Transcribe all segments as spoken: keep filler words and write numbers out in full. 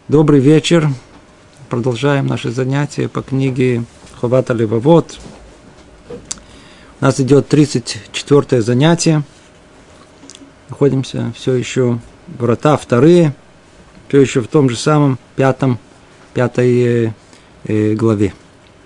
Добрый вечер. Продолжаем наши занятия по книге Ховат ха-Левавот. У нас идет тридцать четвёртое занятие. Находимся все еще врата вторые, все еще в том же самом пятом, пятой э, главе.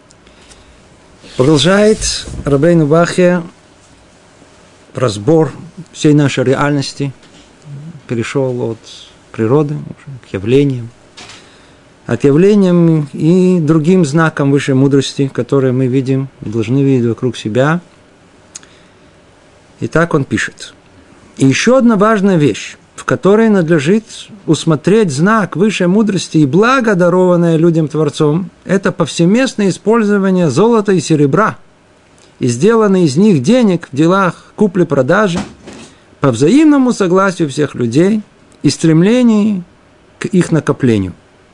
Продолжает Рабейну Бахья разбор всей нашей реальности. Перешел от природы к явлениям. От явлениям и другим знакам высшей мудрости, которые мы видим, должны видеть вокруг себя. И так он пишет. И еще одна важная вещь, в которой надлежит усмотреть знак высшей мудрости и благо, дарованное людям Творцом, это повсеместное использование золота и серебра и сделанные из них денег в делах купли-продажи по взаимному согласию всех людей и стремлении к их накоплению.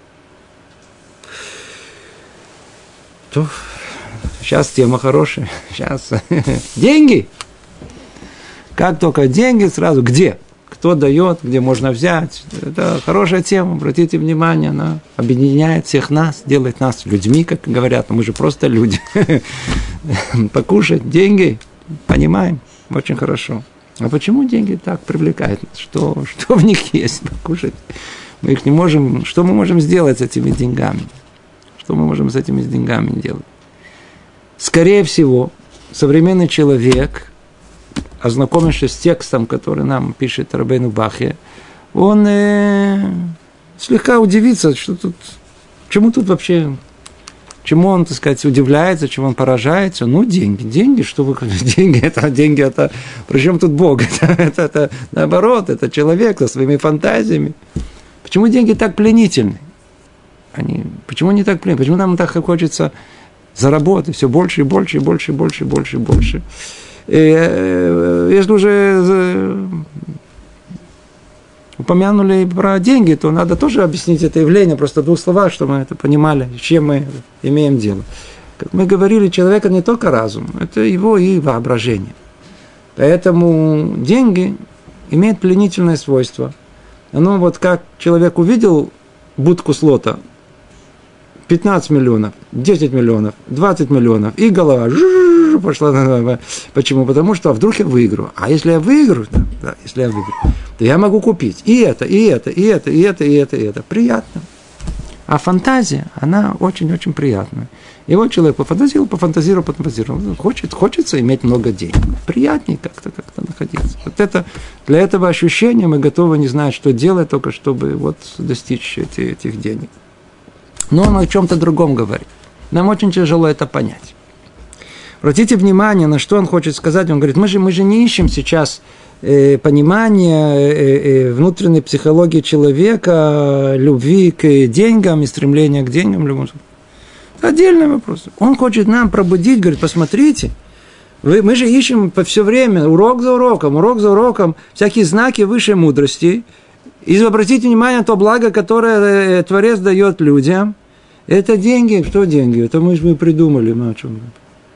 То, сейчас тема хорошая. Сейчас деньги. Как только деньги, сразу где? Кто дает, где можно взять. Это хорошая тема. Обратите внимание, она объединяет всех нас, делает нас людьми, как говорят. Но мы же просто люди. Покушать, деньги, понимаем, очень хорошо. А почему деньги так привлекают? Что, что в них есть? Покушать. Мы их не можем. Что мы можем сделать с этими деньгами? Что мы можем с этими деньгами делать? Скорее всего, современный человек, ознакомившись с текстом, который нам пишет Рабейну Бахья, он э, слегка удивится, что тут, чему тут вообще, чему он, так сказать, удивляется, чему он поражается. Ну, деньги, деньги, что вы хотите? Деньги, это деньги, это, причем тут Бог, это, это, это наоборот, это человек со своими фантазиями. Почему деньги так пленительны? Они, почему они так пленительны? Почему нам так хочется заработать все больше и больше, и больше, и больше, и больше, и больше? И, если уже упомянули про деньги, то надо тоже объяснить это явление, просто в двух словах, чтобы мы это понимали, с чем мы имеем дело. Как мы говорили, человека не только разум, это его и воображение. Поэтому деньги имеют пленительное свойство. Оно вот как человек увидел будку слота, пятнадцать миллионов, десять миллионов, двадцать миллионов, и голова пошла. Почему? Потому что а вдруг я выиграю. А если я выиграю, да, да, если я выиграю, то я могу купить и это, и это, и это, и это, и это, и это. Приятно. А фантазия, она очень-очень приятная. И вот человек пофантазировал, пофантазировал, пофантазировал. Хочет, хочется иметь много денег. Приятнее как-то, как-то находиться. Вот это, для этого ощущения мы готовы не знать, что делать, только чтобы вот достичь эти, этих денег. Но он о чем-то другом говорит. Нам очень тяжело это понять. Обратите внимание, на что он хочет сказать. Он говорит, мы же, мы же не ищем сейчас э, понимания э, э, внутренней психологии человека, любви к деньгам и стремления к деньгам. Это отдельный вопрос. Он хочет нам пробудить, говорит, посмотрите, вы, мы же ищем по все время, урок за уроком, урок за уроком, всякие знаки высшей мудрости. И обратите внимание на то благо, которое Творец дает людям. Это деньги. Что деньги? Это мы же придумали. Мы о чем?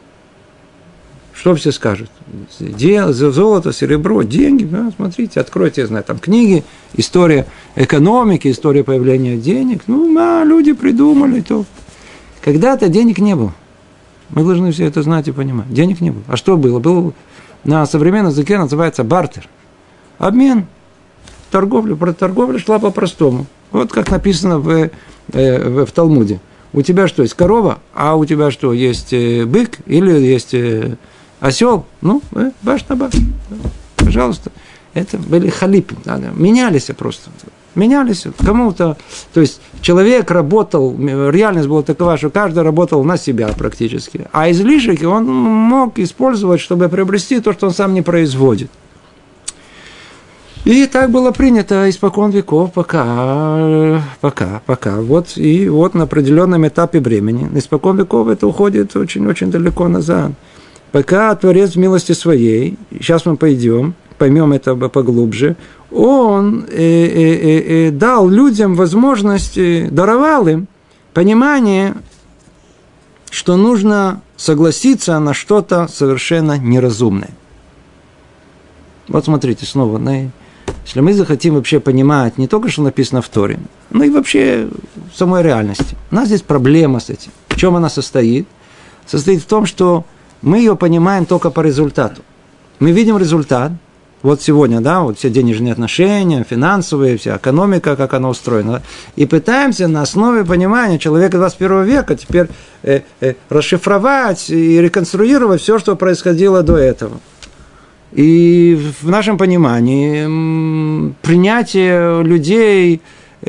Что все скажут? Золото, серебро, деньги. Да, смотрите, откройте, я знаю, там книги, история экономики, история появления денег. Ну, а, люди придумали то. Когда-то денег не было. Мы должны все это знать и понимать. Денег не было. А что было? Был на современном языке называется бартер. Обмен. Торговля, торговля шла по-простому. Вот как написано в, в, в Талмуде. У тебя что, есть корова, а у тебя что, есть бык или есть осел? Ну, баш на баш. Пожалуйста. Это были халипы. Менялись просто. Менялись. Кому-то... То есть, человек работал, реальность была такова, что каждый работал на себя практически. А излишек он мог использовать, чтобы приобрести то, что он сам не производит. И так было принято испокон веков, пока, пока, пока. Вот, и вот на определенном этапе времени, испокон веков это уходит очень-очень далеко назад. Пока Творец в милости своей, сейчас мы пойдем, поймем это поглубже, Он э, э, э, дал людям возможность, э, даровал им понимание, что нужно согласиться на что-то совершенно неразумное. Вот смотрите, снова на Если мы захотим вообще понимать не только, что написано в Торе, но и вообще в самой реальности. У нас здесь проблема с этим. В чем она состоит? Состоит в том, что мы ее понимаем только по результату. Мы видим результат. Вот сегодня, да, вот все денежные отношения, финансовые, вся экономика, как она устроена. И пытаемся на основе понимания человека двадцать первого века теперь э, э, расшифровать и реконструировать все, что происходило до этого. И в нашем понимании принятие людей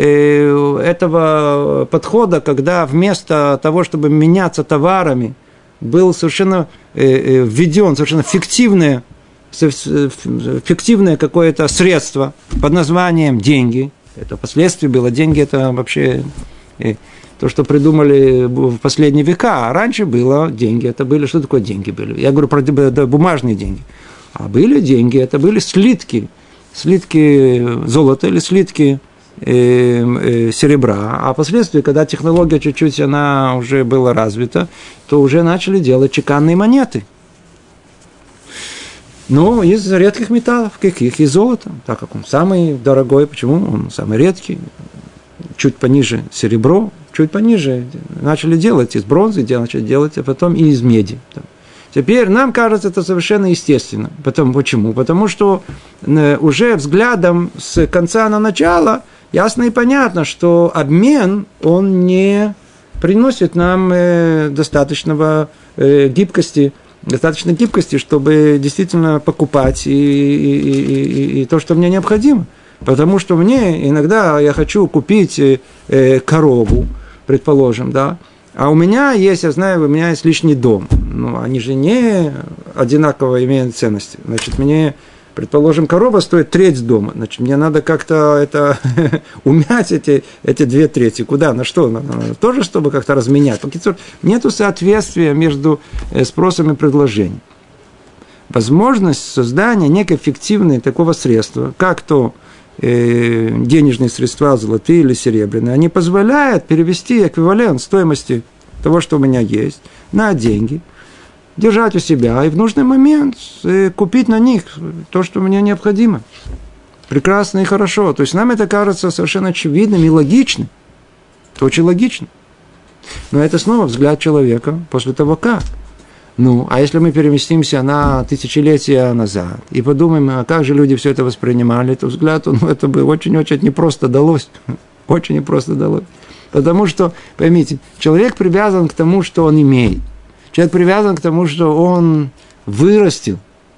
этого подхода, когда вместо того, чтобы меняться товарами, был совершенно введен совершенно фиктивное, фиктивное какое-то средство под названием деньги. Это впоследствии было. Деньги – это вообще то, что придумали в последние века. А раньше было деньги. Это были, что такое деньги были? Я говорю про бумажные деньги. А были деньги, это были слитки, слитки золота или слитки э, э, серебра. А впоследствии, когда технология чуть-чуть она уже была развита, то уже начали делать чеканные монеты. Но из редких металлов, каких? Из золота, так как он самый дорогой. Почему? Он самый редкий. Чуть пониже серебро, чуть пониже начали делать из бронзы, начали делать, а потом и из меди. Теперь нам кажется это совершенно естественно. Потом, почему? Потому что уже взглядом с конца на начало ясно и понятно, что обмен, он не приносит нам достаточного гибкости, достаточной гибкости, чтобы действительно покупать и, и, и, и то, что мне необходимо. Потому что мне иногда я хочу купить корову, предположим, да, а у меня есть, я знаю, у меня есть лишний дом. Но они же не одинаково имеют ценности. Значит, мне, предположим, корова стоит треть дома. Значит, мне надо как-то это умять эти, эти две трети. Куда? На что? На, на, тоже, чтобы как-то разменять. Нету соответствия между спросом и предложением. Возможность создания некой фиктивной такого средства, как то э, денежные средства, золотые или серебряные, они позволяют перевести эквивалент стоимости того, что у меня есть, на деньги, держать у себя и в нужный момент купить на них то, что мне необходимо. Прекрасно и хорошо. То есть нам это кажется совершенно очевидным и логичным. Это очень логично. Но это снова взгляд человека после того, как. Ну, а если мы переместимся на тысячелетия назад и подумаем, а как же люди все это воспринимали, то взгляд, ну, это бы очень-очень непросто далось. Очень непросто далось. Потому что, поймите, человек привязан к тому, что он имеет. Человек привязан к тому, что он вырастил,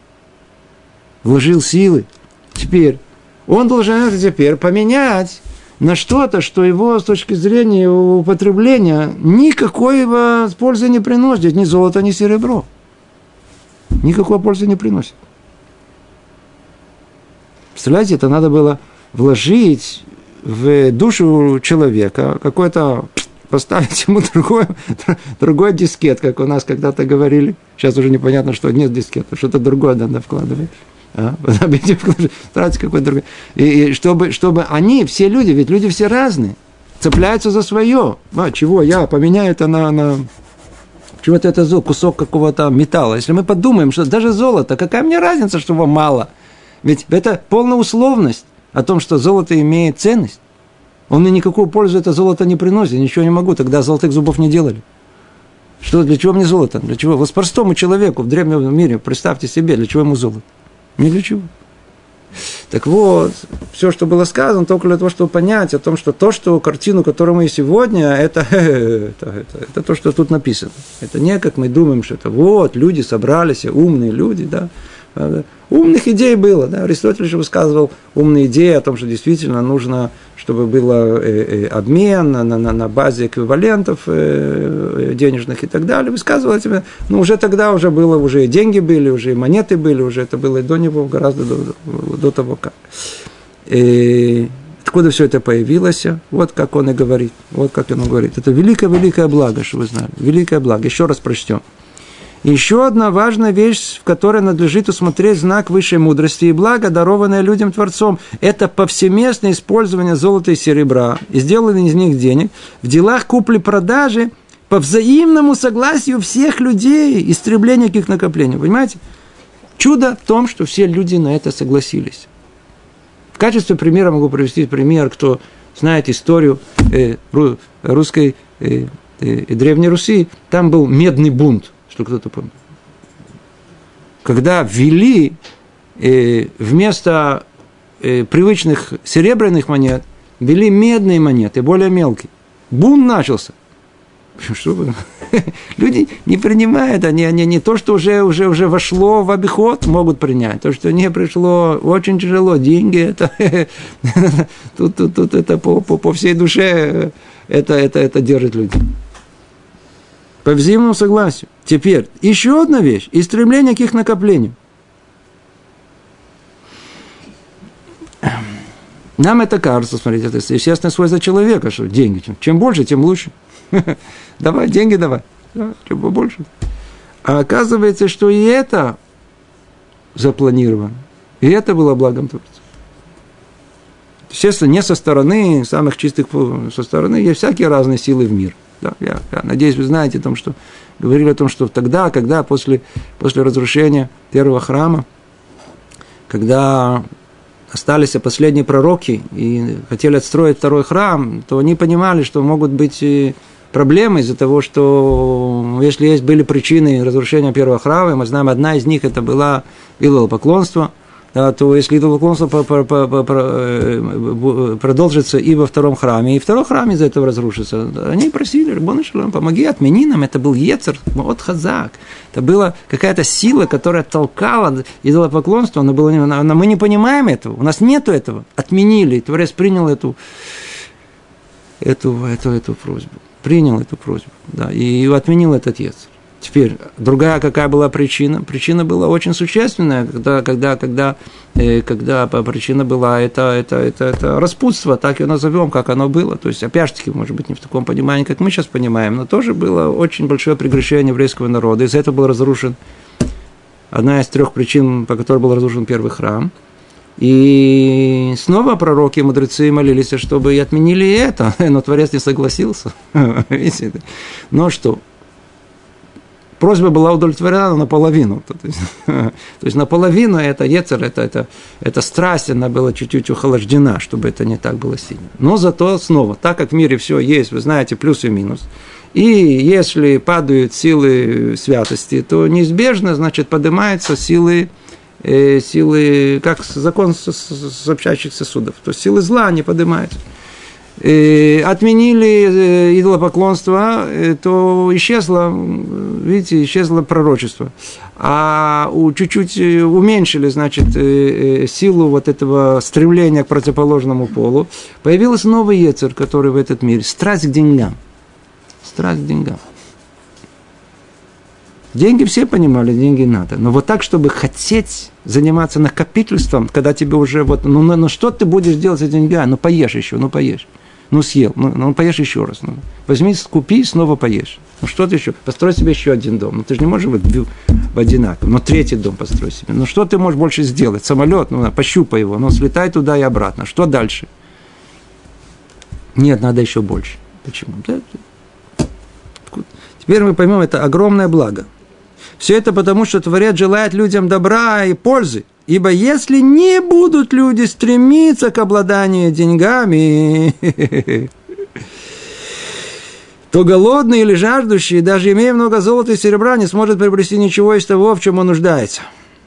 вложил силы. Теперь он должен это теперь поменять на что-то, что его с точки зрения употребления никакой пользы не приносит. Ни золото, ни серебро. Никакой пользы не приносит. Представляете, это надо было вложить в душу человека какой-то... Поставить ему другой, другой дискет, как у нас когда-то говорили. Сейчас уже непонятно, что нет дискета, что-то другое надо вкладывать. А? Стараться какой-то другой. И, и чтобы, чтобы они, все люди, ведь люди все разные, цепляются за свое. А, чего я поменяю это на... на... Чего-то это кусок какого-то металла. Если мы подумаем, что даже золото, какая мне разница, что его мало? Ведь это полная условность о том, что золото имеет ценность. Он мне никакую пользу это золото не приносит, ничего не могу, тогда золотых зубов не делали. Что, для чего мне золото? Для чего? Вот простому человеку в древнем мире, представьте себе, для чего ему золото? Не для чего. Так вот, все, что было сказано, только для того, чтобы понять о том, что то, что картину, которую мы сегодня, это, это, это, это то, что тут написано. Это не как мы думаем, что это вот, люди собрались, умные люди, да. Умных идей было, да. Аристотель же высказывал умные идеи о том, что действительно нужно, чтобы был обмен на, на, на базе эквивалентов денежных и так далее. Высказывал этими, но уже тогда уже было, уже и деньги были, уже и монеты были, уже это было и до него, гораздо до, до того, как. И откуда все это появилось? Вот как он и говорит. Вот как он говорит. Это великое-великое благо, что вы знали. Великое благо. Еще раз прочтем. Еще одна важная вещь, в которой надлежит усмотреть знак высшей мудрости и блага, дарованное людям Творцом, это повсеместное использование золота и серебра и сделанное из них денег в делах купли-продажи по взаимному согласию всех людей и стремлению к их накоплению. Понимаете? Чудо в том, что все люди на это согласились. качестве примера могу привести пример, кто знает историю э, русской э, э, Древней Руси, там был медный бунт, что кто-то помнит. Когда ввели э, вместо э, привычных серебряных монет, ввели медные монеты, более мелкие. Бунт начался. Что вы? Люди не принимают, они, они не то, что уже, уже, уже вошло в обиход, могут принять. То, что не пришло, очень тяжело. Деньги, это, тут, тут, тут это по, по, по всей душе это, это, это держит людей. По взаимному согласию. Теперь, еще одна вещь. И стремление к их накоплению. Нам это кажется, смотрите, это естественное свойство человека, что деньги, чем больше, тем лучше. Давай, деньги давай. Да, чем побольше. А оказывается, что и это запланировано. И это было благом Творца. Естественно, не со стороны, самых чистых, со стороны, есть всякие разные силы в мире. Да, я, я надеюсь, вы знаете о том, что говорили о том, что тогда, когда после, после разрушения первого храма, когда остались последние пророки и хотели отстроить второй храм, то они понимали, что могут быть проблемы из-за того, что если есть были причины разрушения первого храма, мы знаем, одна из них это была идолопоклонство, да, то если идолопоклонство продолжится и во втором храме, и второй храм из-за этого разрушится, они просили, Раббону шелом, помоги, отмени нам, это был Ецер, от Хазак, это была какая-то сила, которая толкала идолопоклонство, но, было, но мы не понимаем этого, у нас нету этого, отменили, и Творец принял эту, эту, эту, эту просьбу, принял эту просьбу, да, и отменил этот Ецер. Теперь, другая какая была причина? Причина была очень существенная, когда, когда, когда, э, когда причина была это, это, это, это распутство, так ее назовем, как оно было. То есть, опять же таки, может быть, не в таком понимании, как мы сейчас понимаем, но тоже было очень большое прегрешение еврейского народа. Из-за этого был разрушен, одна из трех причин, по которой был разрушен первый храм. И снова пророки и мудрецы молились, чтобы и отменили это, но Творец не согласился. Видите? Но что? Просьба была удовлетворена наполовину. То есть, то есть наполовину это Ецер, это, это, это страсть, она была чуть-чуть охлаждена, чтобы это не так было сильно. Но зато снова, так как в мире все есть, вы знаете, плюс и минус. И если падают силы святости, то неизбежно, значит, поднимаются силы, э, силы как закон сообщающих сосудов. То есть силы зла не поднимаются. И отменили идолопоклонство, то исчезло, видите, исчезло пророчество. А у, чуть-чуть уменьшили, значит, силу вот этого стремления к противоположному полу. Появился новый Ецер, который в этот мир. Страсть к деньгам. Страсть к деньгам. Деньги все понимали, деньги надо. Но вот так, чтобы хотеть заниматься накопительством, когда тебе уже вот, ну, ну, ну что ты будешь делать с деньгами? Ну поешь еще, ну поешь. Ну, съел, ну, ну поешь еще раз. Ну, возьми, купи, снова поешь. Ну, что ты еще? Построй себе еще один дом. Ну, ты же не можешь быть в одинаковом. Ну, третий дом построй себе. Ну, что ты можешь больше сделать? Самолет, ну, пощупай его. Ну, слетай туда и обратно. Что дальше? Нет, надо еще больше. Почему? Теперь мы поймем, это огромное благо. Все это потому, что Творец желает людям добра и пользы. Ибо если не будут люди стремиться к обладанию деньгами, то голодный или жаждущий, даже имея много золота и серебра, не сможет приобрести ничего из того, в чем он нуждается.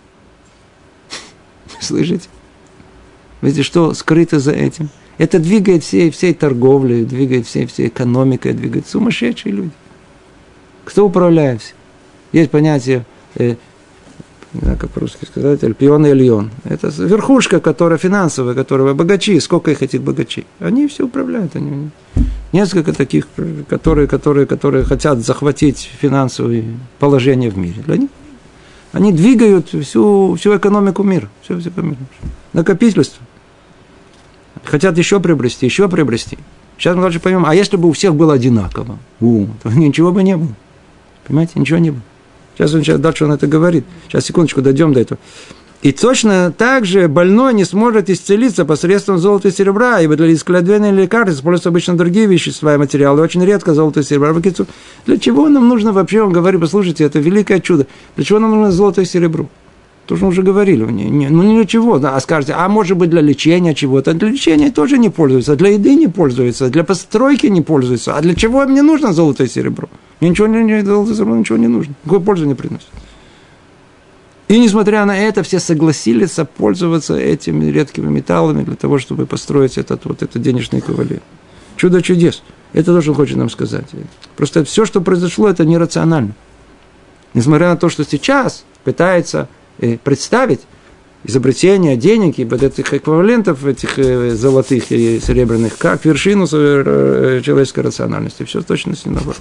Слышите? Видите, что скрыто за этим? Это двигает всей, всей торговлей, двигает всей, всей экономикой, двигает сумасшедшие люди. Кто управляет всем? Есть понятие, э, не знаю, как по-русски сказать, альпион и эльон. Это верхушка, которая финансовая, которая богачи. Сколько их этих богачей? Они все управляют. Они, несколько таких, которые, которые, которые хотят захватить финансовое положение в мире. Для них они двигают всю, всю экономику мира. Всю, всю экономику. Накопительство. Хотят еще приобрести, еще приобрести. Сейчас мы дальше поймем, а если бы у всех было одинаково, у, то ничего бы не было. Понимаете, ничего не было. Сейчас, он, сейчас дальше он это говорит. Сейчас, секундочку, дойдем до этого. И точно так же больной не сможет исцелиться посредством золота и серебра, ибо для исследования лекарств используются обычно другие вещества и материалы, очень редко золото и серебро. Для чего нам нужно вообще, он говорит, послушайте, это великое чудо, для чего нам нужно золото и серебро? То, что мы уже говорили. Не, не, ну, ничего. Да, а скажете, а может быть для лечения чего-то. Для лечения тоже не пользуется, для еды не пользуется, для постройки не пользуется. А для чего мне нужно золото и серебро? Мне ничего не, золото и серебро ничего не нужно. Никакой пользы не приносит. И несмотря на это, все согласились пользоваться этими редкими металлами для того, чтобы построить этот, вот, этот денежный эквивалент. Чудо чудес. Это то, что он хочет нам сказать. Просто все, что произошло, это нерационально. Несмотря на то, что сейчас пытается представить изобретение денег и вот этих эквивалентов, этих золотых и серебряных, как вершину человеческой рациональности. Все точно не наоборот.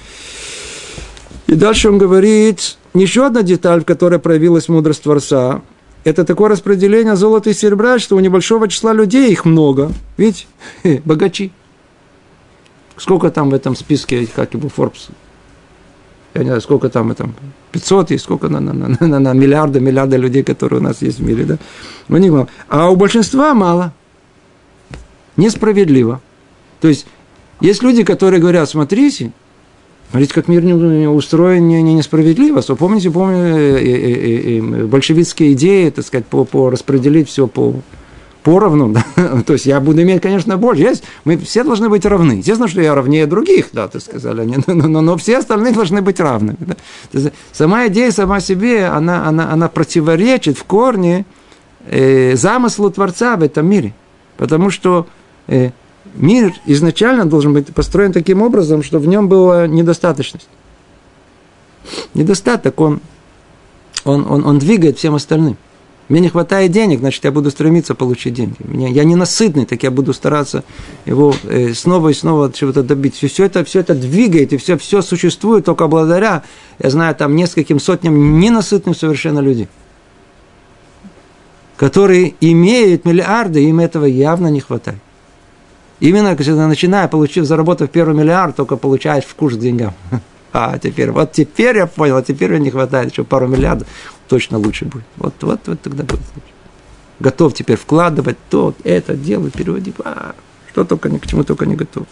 И дальше он говорит, еще одна деталь, в которой проявилась мудрость Творца, это такое распределение золота и серебра, что у небольшого числа людей их много. Видите, богачи. Сколько там в этом списке, как его, Forbes? Я не знаю, сколько там, этом, пятьсот и сколько на, на, на, на, на миллиарды, миллиарды людей, которые у нас есть в мире, да? У них мало. А у большинства мало. Несправедливо. То есть, есть люди, которые говорят, смотрите, смотрите, как мир не устроен не, не несправедливо. So, помните, помните большевистские идеи, так сказать, по, по распределить все по... поровну, да? То есть я буду иметь, конечно, больше. Есть, мы все должны быть равны. Естественно, что я равнее других, да, так сказали они, но, но, но все остальные должны быть равными. Да? То есть сама идея сама себе, она, она, она противоречит в корне э, замыслу Творца в этом мире. Потому что э, мир изначально должен быть построен таким образом, что в нем была недостаточность. Недостаток, он, он, он, он двигает всем остальным. Мне не хватает денег, значит, я буду стремиться получить деньги. Мне, я ненасытный, так я буду стараться его э, снова и снова чего-то добить. Все, все, это, все это двигает, и все, все существует только благодаря, я знаю, там нескольким сотням ненасытных совершенно людей, которые имеют миллиарды, им этого явно не хватает. Именно, когда начиная, получив, заработав первый миллиард, только получаешь вкус к деньгам. А теперь, вот теперь я понял, а теперь мне не хватает еще пару миллиардов, точно лучше будет. Вот, вот, вот тогда будет лучше. Готов теперь вкладывать то, это, делать, переводить. А, что только, ни к чему только не готов.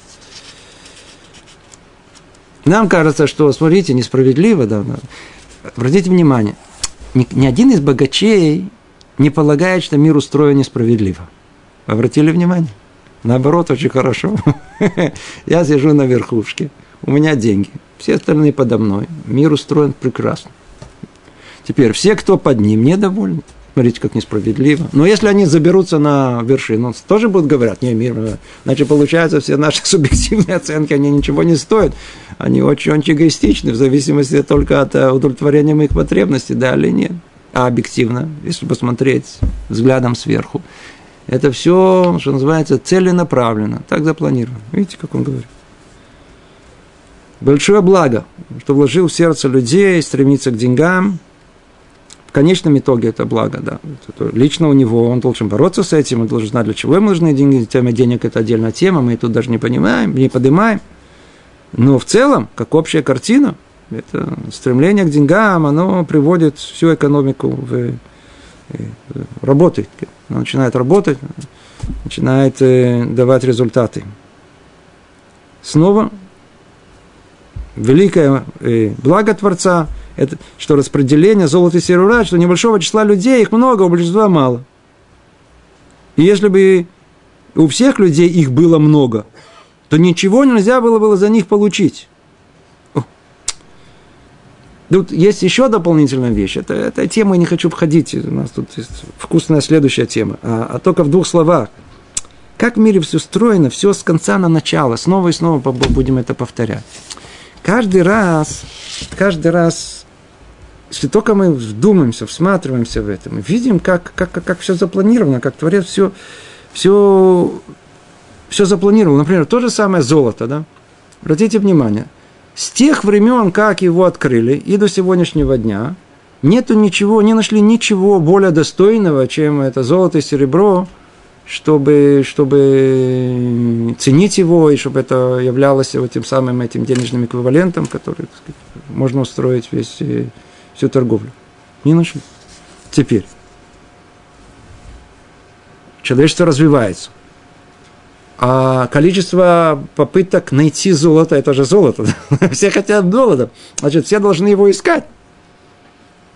Нам кажется, что, смотрите, несправедливо. Да, да. Обратите внимание, ни, ни один из богачей не полагает, что мир устроен несправедливо. Обратили внимание? Наоборот, очень хорошо. Я сижу на верхушке, у меня деньги. Все остальные подо мной. Мир устроен прекрасно. Теперь, все, кто под ним, недовольны. Смотрите, как несправедливо. Но если они заберутся на вершину, тоже будут говорить, не, мир. Значит, получается, все наши субъективные оценки, они ничего не стоят. Они очень-очень эгоистичны, в зависимости только от удовлетворения моих потребностей, да или нет. А объективно, если посмотреть взглядом сверху, это все, что называется, целенаправленно. Так запланировано. Видите, как он говорит? Большое благо, что вложил в сердце людей, стремиться к деньгам. В конечном итоге это благо, да. Это лично у него, он должен бороться с этим, он должен знать, для чего ему нужны деньги. Тема денег – это отдельная тема, мы тут даже не понимаем, не поднимаем. Но в целом, как общая картина, это стремление к деньгам, оно приводит всю экономику в, в работу. Она начинает работать, начинает давать результаты. Снова великое благо Творца, это, что распределение золота и серебра, что небольшого числа людей, их много, у большинства мало. И если бы у всех людей их было много, то ничего нельзя было, было за них получить. О. Тут есть еще дополнительная вещь. Это, эта тема, я не хочу входить, у нас тут есть вкусная следующая тема, а, а только в двух словах. Как в мире все устроено, все с конца на начало, снова и снова будем это повторять. Каждый раз, каждый раз, если только мы вдумаемся, всматриваемся в это, мы видим, как, как, как, как все запланировано, как Творец все, все, все запланировал. Например, то же самое золото, да? Обратите внимание, с тех времен, как его открыли, и до сегодняшнего дня, нету ничего, не нашли ничего более достойного, чем это золото и серебро, чтобы, чтобы ценить его, и чтобы это являлось вот тем самым этим денежным эквивалентом, который, так сказать, можно устроить весь, всю торговлю. Не нашли. Теперь. Человечество развивается. А количество попыток найти золото, это же золото. Все хотят золота. Значит, все должны его искать.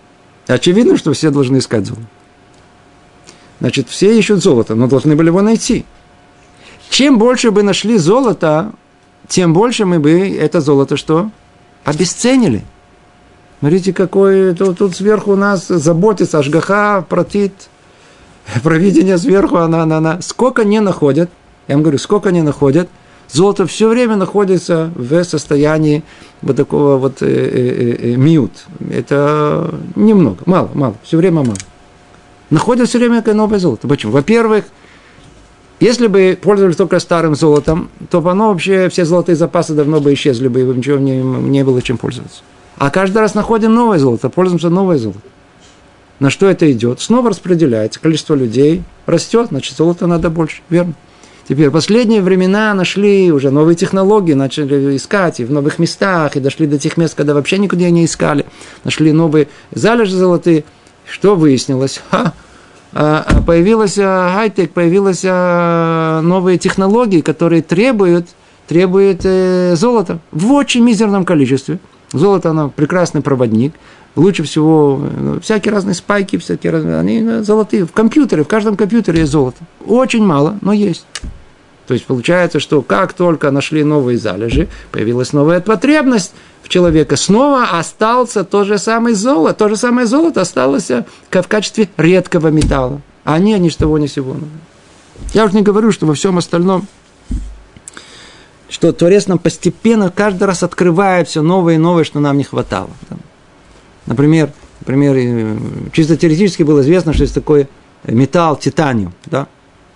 Очевидно, что все должны искать золото. Значит, все ищут золото, но должны были его найти. Чем больше бы нашли золото, тем больше мы бы это золото что? Обесценили. Смотрите, какой тут, тут сверху у нас заботится Ашгаха, протит, провидение сверху, она, она, она. Сколько не находят, я вам говорю, сколько не находят, золото все время находится в состоянии вот такого вот э, э, э, мьют. Это немного, мало, мало, все время мало. Находят все время новое золото. Почему? Во-первых, если бы пользовались только старым золотом, то оно вообще, все золотые запасы давно бы исчезли бы, и ничего не, не было чем пользоваться. А каждый раз находим новое золото, пользуемся новое золото. На что это идет? Снова распределяется, количество людей растет, значит, золота надо больше, верно? Теперь, в последние времена нашли уже новые технологии, начали искать и в новых местах, и дошли до тех мест, когда вообще никуда не искали. Нашли новые залежи золотые. Что выяснилось? Ха! Появилась хай-тек, появились новые технологии, которые требуют, требуют золота в очень мизерном количестве. Золото, оно прекрасный проводник. Лучше всего всякие разные спайки, всякие разные, они золотые. В компьютере, в каждом компьютере есть золото. Очень мало, но есть. То есть получается, что как только нашли новые залежи, появилась новая потребность в человека, снова остался то же самое золото. То же самое золото осталось в качестве редкого металла. А они, они с того ни сего. Я уже не говорю, что во всем остальном, что Творец нам постепенно каждый раз открывает все новое и новое, что нам не хватало. Например, например, чисто теоретически было известно, что есть такой металл титаниум, да?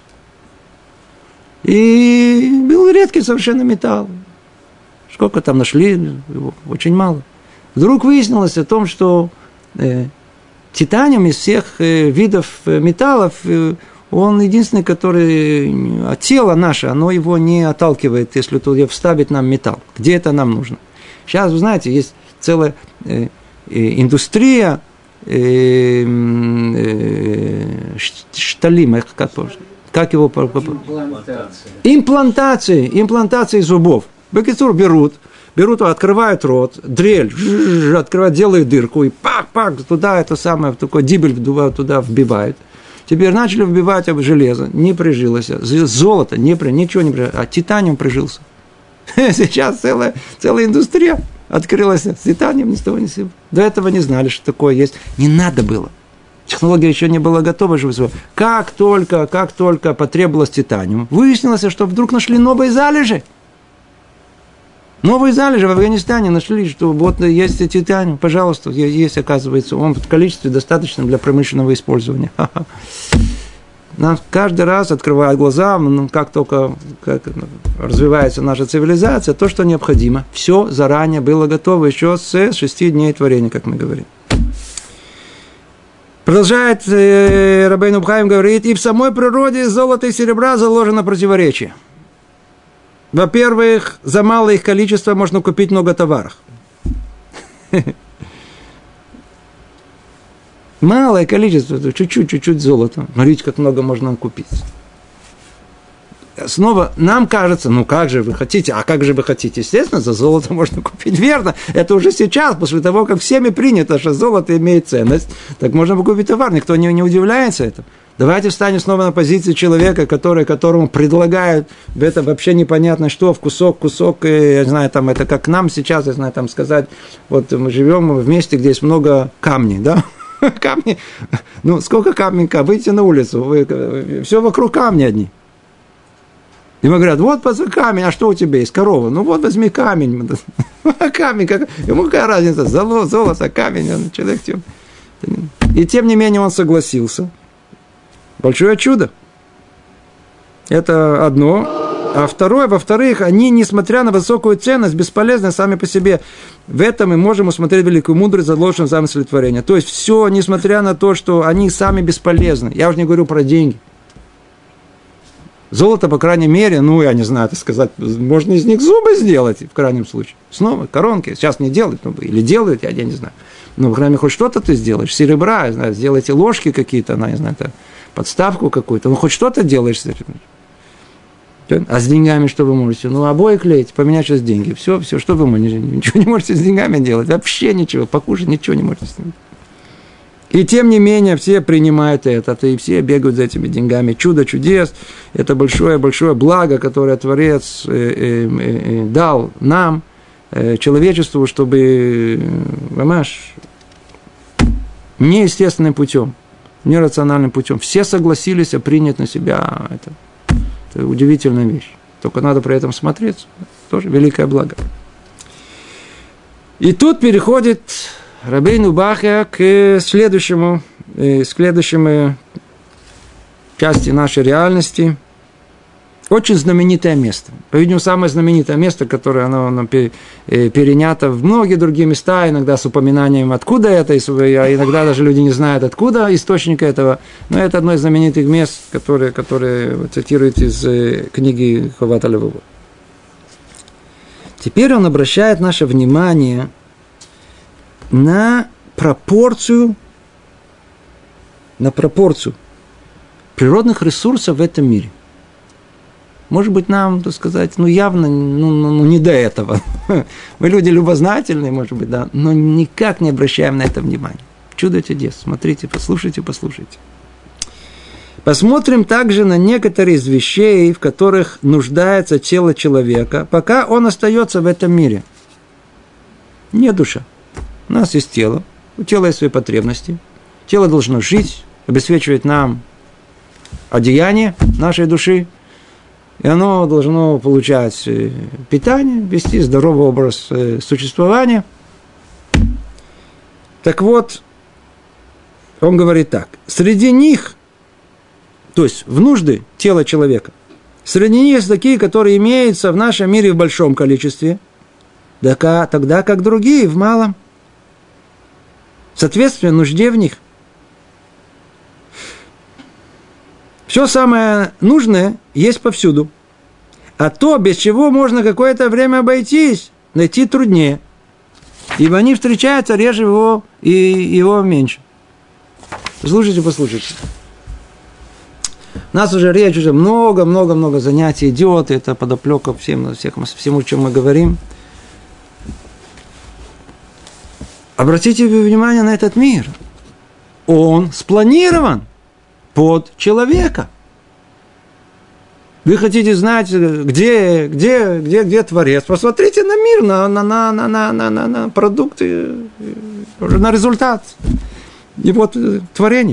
И был редкий совершенно металл. Сколько там нашли? Его очень мало. Вдруг выяснилось о том, что э, титаниум из всех э, видов металлов, э, он единственный, который от тела наше, оно его не отталкивает, если туда вставить нам металл. Где это нам нужно? Сейчас, вы знаете, есть целая э, э, индустрия э, э, шталим, как, как его... Имплантация. Имплантации, имплантации зубов. Бекицур берут, берут, открывают рот, дрель, открывают, делают дырку, и пак-пак, туда это самое, такой дибель туда вбивают. Теперь начали вбивать железо, не прижилось, золото, не при, ничего не прижилось, а титаниум прижился. Сейчас целая, целая индустрия открылась с титанием, ни с того ни с сего. До этого не знали, что такое есть. Не надо было. Технология еще не была готова. Как только, как только потребовалось титаниум, выяснилось, что вдруг нашли новые залежи. Новые залежи в Афганистане нашли, что вот есть титаниум, пожалуйста, есть, оказывается, он в количестве достаточном для промышленного использования. Нам каждый раз открывают глаза, как только как развивается наша цивилизация, то, что необходимо, все заранее было готово еще с шести дней творения, как мы говорим. Продолжает э, Рабейну Хаим говорит, и в самой природе золота и серебра заложено противоречие. Во-первых, за малое их количество можно купить много товаров. Малое количество, чуть-чуть, чуть-чуть золота. Смотрите, как много можно купить. Снова нам кажется, ну как же вы хотите, а как же вы хотите? Естественно, за золото можно купить. Верно, это уже сейчас, после того, как всеми принято, что золото имеет ценность, так можно купить товар, никто не, не удивляется этому. Давайте встанем снова на позицию человека, который, которому предлагают это вообще непонятно что, в кусок, кусок, я не знаю, там это как нам сейчас, я знаю, там сказать, вот мы живем в месте, где есть много камней, да? Камни, ну сколько каменька, выйдите на улицу, вы, все вокруг камни одни. Ему говорят, вот камень, а что у тебя есть? Корова. Ну вот возьми камень. Камень, как... ему какая разница? Золото, камень, человек. И тем не менее он согласился. Большое чудо. Это одно. А второе, во-вторых, они, несмотря на высокую ценность, бесполезны сами по себе. В этом мы можем усмотреть великую мудрость, заложенную в замысле творения. То есть все, несмотря на то, что они сами бесполезны. Я уже не говорю про деньги. Золото, по крайней мере, ну, я не знаю, это сказать, можно из них зубы сделать, в крайнем случае. Снова коронки. Сейчас не делают, ну, или делают, я, я не знаю. Но, по крайней мере, хоть что-то ты сделаешь. Серебра, я знаю, сделайте ложки какие-то, я не знаю, подставку какую-то. Ну, хоть что-то делаешь. А с деньгами что вы можете? Ну, обои клеить, поменять сейчас деньги. Все, все, что вы можете? Ничего не можете с деньгами делать. Вообще ничего. Покушать ничего не можете с ними. И тем не менее все принимают это, и все бегают за этими деньгами. Чудо чудес – это большое-большое благо, которое Творец дал нам, человечеству, чтобы, понимаешь, неестественным путем, нерациональным путем. Все согласились принять на себя это. Это удивительная вещь. Только надо при этом смотреться. Тоже великое благо. И тут переходит Рабейну Бахья к следующему, к следующему части нашей реальности. Очень знаменитое место. По-видимому, самое знаменитое место, которое оно, оно перенято в многие другие места, иногда с упоминанием, откуда это, а иногда даже люди не знают, откуда источник этого. Но это одно из знаменитых мест, которые, которые цитируют из книги Ховат Левова. Теперь он обращает наше внимание на пропорцию, на пропорцию природных ресурсов в этом мире. Может быть, нам, так сказать, ну, явно ну, ну, не до этого. Мы люди любознательные, может быть, да, но никак не обращаем на это внимания. Чудо чудес. Смотрите, послушайте, послушайте. Посмотрим также на некоторые из вещей, в которых нуждается тело человека, пока он остается в этом мире. Не душа. У нас есть тело, у тела есть свои потребности. Тело должно жить, обеспечивать нам одеяние нашей души. И оно должно получать питание, вести здоровый образ существования. Так вот, он говорит так. Среди них, то есть в нужды тела человека, среди них есть такие, которые имеются в нашем мире в большом количестве, тогда как другие в малом. Соответственно, нужде в них. Все самое нужное есть повсюду. А то, без чего можно какое-то время обойтись, найти труднее. Ибо они встречаются реже его и его меньше. Слушайте, послушайте. У нас уже речь, уже много-много-много занятий идет. Это подоплека всем, всем, всему, о чем мы говорим. Обратите внимание на этот мир. Он спланирован под человека. Вы хотите знать, где, где, где, где Творец? Посмотрите на мир, на, на, на, на, на, на, на продукты, на результат его творения.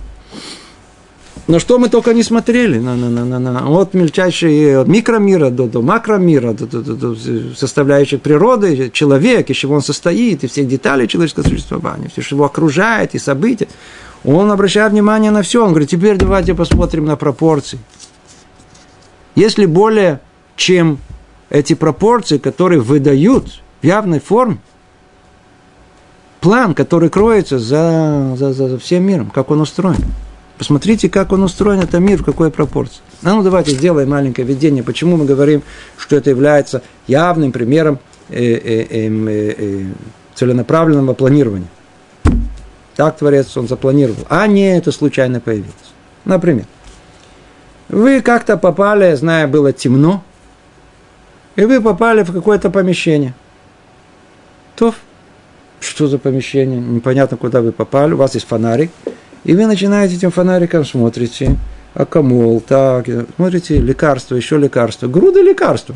Но что мы только не смотрели, на, на, на, на, от мельчайшего от микромира до, до макромира, до, до, до, до составляющих природы, человек, из чего он состоит, и всех деталей человеческого существования, все, что его окружает, и события. Он обращает внимание на все. Он говорит, теперь давайте посмотрим на пропорции. Если более чем эти пропорции, которые выдают в явной форме, план, который кроется за, за, за всем миром, как он устроен. Посмотрите, как он устроен, это мир, в какой пропорции. А ну, давайте сделаем маленькое введение. Почему мы говорим, что это является явным примером э, э, э, э, целенаправленного планирования. Так Творец он запланировал, а не это случайно появилось. Например, вы как-то попали, зная, было темно, и вы попали в какое-то помещение. То, что за помещение? Непонятно, куда вы попали, у вас есть фонарик, и вы начинаете этим фонариком смотрите, акамол, так, смотрите, лекарства, еще лекарства, груды лекарств.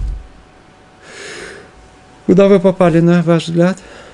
Куда вы попали, на ваш взгляд?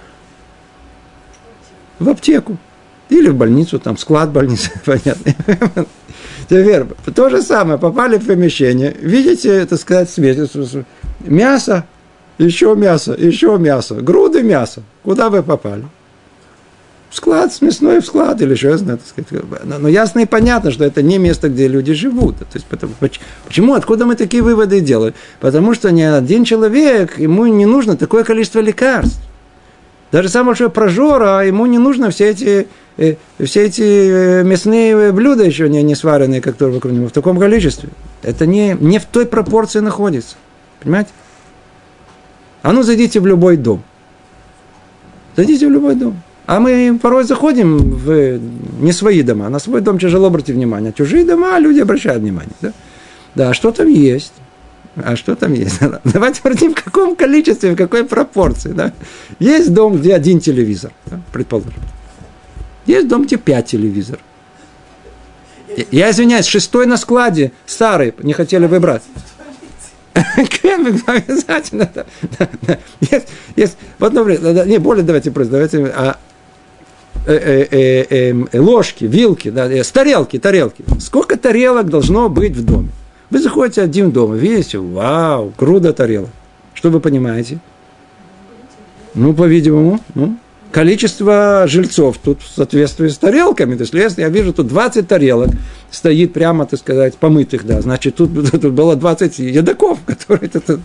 В аптеку. Или в больницу, там склад больницы, понятно. Теперь, то же самое, попали в помещение, видите, так сказать, светится, мясо, еще мясо, еще мясо, груды мяса. Куда вы попали? В склад, в мясной в склад, или что я знаю, так сказать. Но ясно и понятно, что это не место, где люди живут. То есть, потому, почему, откуда мы такие выводы делаем? Потому что ни один человек, ему не нужно такое количество лекарств. Даже самый большой прожора, ему не нужно все эти, э, все эти мясные блюда еще не, не сваренные, которые вокруг него, в таком количестве. Это не, не в той пропорции находится. Понимаете? А ну, зайдите в любой дом. Зайдите в любой дом. А мы порой заходим в не свои дома. На свой дом тяжело обратить внимание. Чужие дома люди обращают внимание. Да, да, что там есть? А что там есть? Давайте обратим, в каком количестве, в какой пропорции. Да? Есть дом, где один телевизор, да, предположим. Есть дом, где пять телевизоров. Я извиняюсь, шестой на складе, старый, не хотели выбрать. Обязательно. Да, да, да. Есть, есть, вот, например, не, более давайте просто, давайте, а, э, э, э, э, ложки, вилки, да, э, тарелки, тарелки. Сколько тарелок должно быть в доме? Вы заходите один дом, видите, вау, груда тарелок. Что вы понимаете? Ну, по-видимому, ну, количество жильцов тут в соответствии с тарелками. То есть, если я вижу, тут двадцать тарелок стоит прямо, так сказать, помытых, да, значит, тут, тут было двадцать едоков, которые тут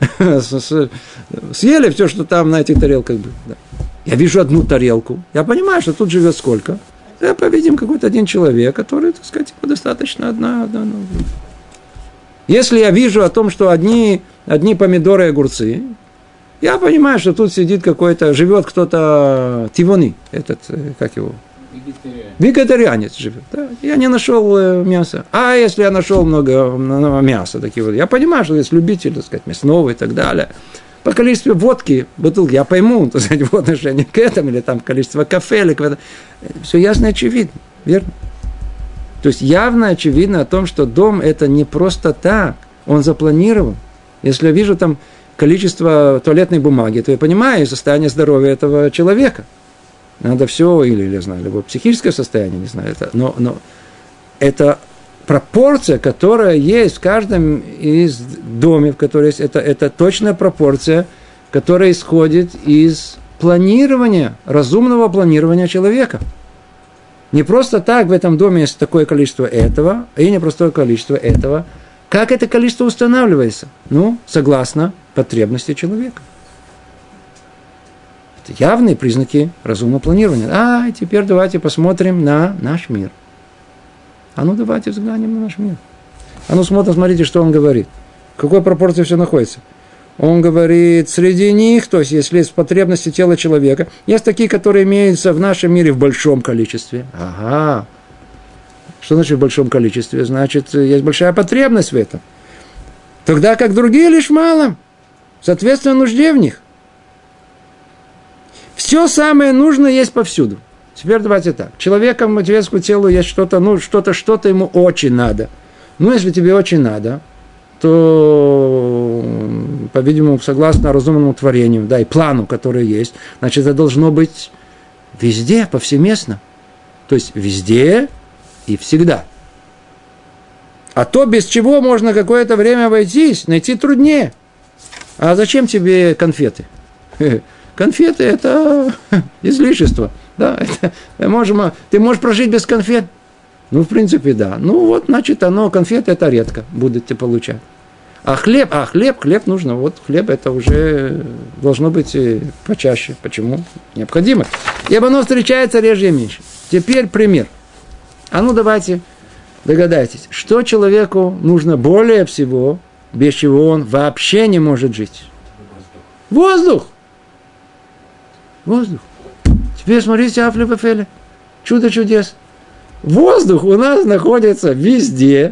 съели все, что там на этих тарелках было. Да. Я вижу одну тарелку, я понимаю, что тут живет сколько. Я повидим какой-то один человек, который, так сказать, достаточно одна, одна, одна. Если я вижу о том, что одни, одни помидоры и огурцы, я понимаю, что тут сидит какой-то, живет кто-то тивони, этот, как его? Вегетарианец. Вегетарианец живет. Да? Я не нашел мяса. А если я нашел много, много мяса, такие вот, я понимаю, что есть любитель, так сказать, мясного и так далее. По количеству водки, бутылки, я пойму, так сказать, в отношении к этому, или там количество кафе, или к... Все ясно и очевидно, верно? То есть явно очевидно о том, что дом это не просто так, он запланирован. Если я вижу там количество туалетной бумаги, то я понимаю состояние здоровья этого человека. Надо все, или, или знаю, либо психическое состояние, не знаю, это, но, но это пропорция, которая есть в каждом из домов, которые есть, это, это точная пропорция, которая исходит из планирования, разумного планирования человека. Не просто так в этом доме есть такое количество этого, и не простое количество этого. Как это количество устанавливается? Ну, согласно потребности человека. Это явные признаки разумного планирования. А, теперь давайте посмотрим на наш мир. А ну, давайте взглянем на наш мир. А ну, смотрим, смотрите, что он говорит. В какой пропорции все находится. Он говорит, среди них, то есть, если есть потребности тела человека, есть такие, которые имеются в нашем мире в большом количестве. Ага. Что значит в большом количестве? Значит, есть большая потребность в этом. Тогда как другие лишь мало. Соответственно, нужде в них. Все самое нужное есть повсюду. Теперь давайте так. Человеком, человеческому телу есть что-то, ну, что-то, что-то ему очень надо. Ну, если тебе очень надо, то, по-видимому, согласно разумному творению, да, и плану, который есть, значит, это должно быть везде, повсеместно. То есть, везде и всегда. А то, без чего можно какое-то время обойтись, найти труднее. А зачем тебе конфеты? Конфеты – это излишество. Да, это, можем, ты можешь прожить без конфет? Ну, в принципе, да. Ну, вот, значит, оно, конфеты – это редко будете получать. А хлеб, а хлеб, хлеб нужно. Вот хлеб – это уже должно быть почаще. Почему? Необходимо. Ибо оно встречается реже и меньше. Теперь пример. А ну, давайте догадайтесь, что человеку нужно более всего, без чего он вообще не может жить? Воздух. Воздух. Теперь смотрите, Афли Бафели. Чудо чудес. Воздух у нас находится везде.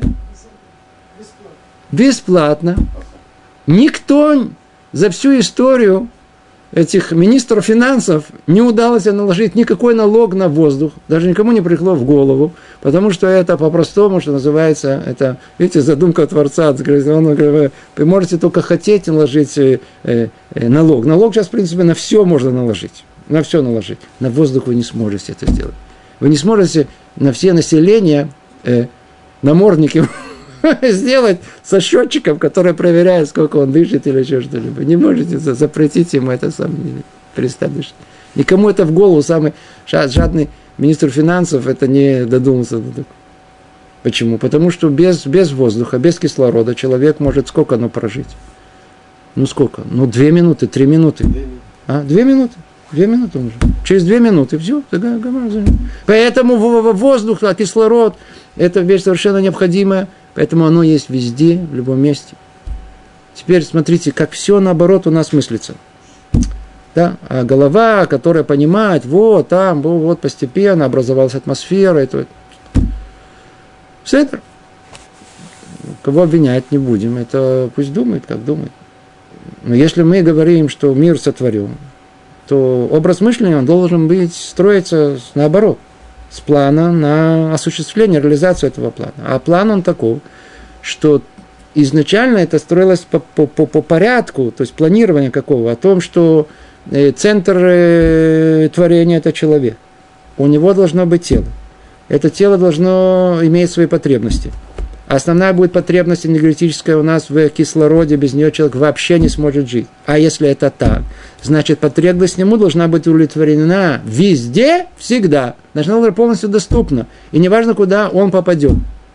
Бесплатно. Никто за всю историю этих министров финансов не удалось наложить никакой налог на воздух. Даже никому не пришло в голову. Потому что это по-простому, что называется, это, видите, задумка Творца. Он говорит, вы можете только хотеть наложить э, э, налог. Налог сейчас, в принципе, на все можно наложить. На все наложить. На воздух вы не сможете это сделать. Вы не сможете на все население э, намордники сделать со счетчиком, который проверяет, сколько он дышит или еще что-либо. Не можете запретить ему это сам перестать дышать. Никому это в голову, самый жадный министр финансов это не додумался. Почему? Потому что без, без воздуха, без кислорода человек может сколько ну прожить? Ну сколько? Ну две минуты, три минуты. А? Две минуты. Две минуты уже. Через две минуты все. Поэтому воздух, кислород – это вещь совершенно необходимая. Поэтому оно есть везде, в любом месте. Теперь смотрите, как все наоборот у нас мыслится. Да? А голова, которая понимает, вот там, вот постепенно образовалась атмосфера. И то. Все это. Кого обвинять не будем. Это пусть думает, как думает. Но если мы говорим, что мир сотворен, то образ мышления он должен быть, строиться наоборот. с плана на осуществление, реализацию этого плана. А план он такой, что изначально это строилось по, по, по, по порядку, то есть планирование какого, о том, что центр творения – это человек. У него должно быть тело. Это тело должно иметь свои потребности. Основная будет потребность энергетическая у нас в кислороде, без нее человек вообще не сможет жить. А если это так, значит потребность ему должна быть удовлетворена везде, всегда. Должна быть полностью доступна. И неважно, куда он попадет.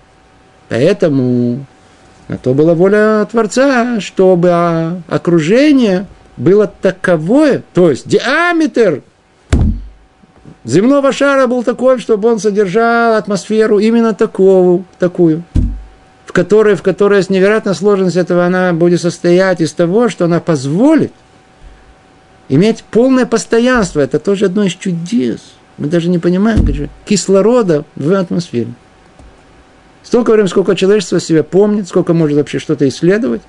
Поэтому на то была воля Творца, чтобы окружение было таковое, то есть диаметр земного шара был такой, чтобы он содержал атмосферу именно такого, такую, в которой, в которой невероятная сложность этого она будет состоять из того, что она позволит иметь полное постоянство. Это тоже одно из чудес. Мы даже не понимаем, как же, кислорода в атмосфере. Столько времени, сколько человечество себя помнит, сколько может вообще что-то исследовать,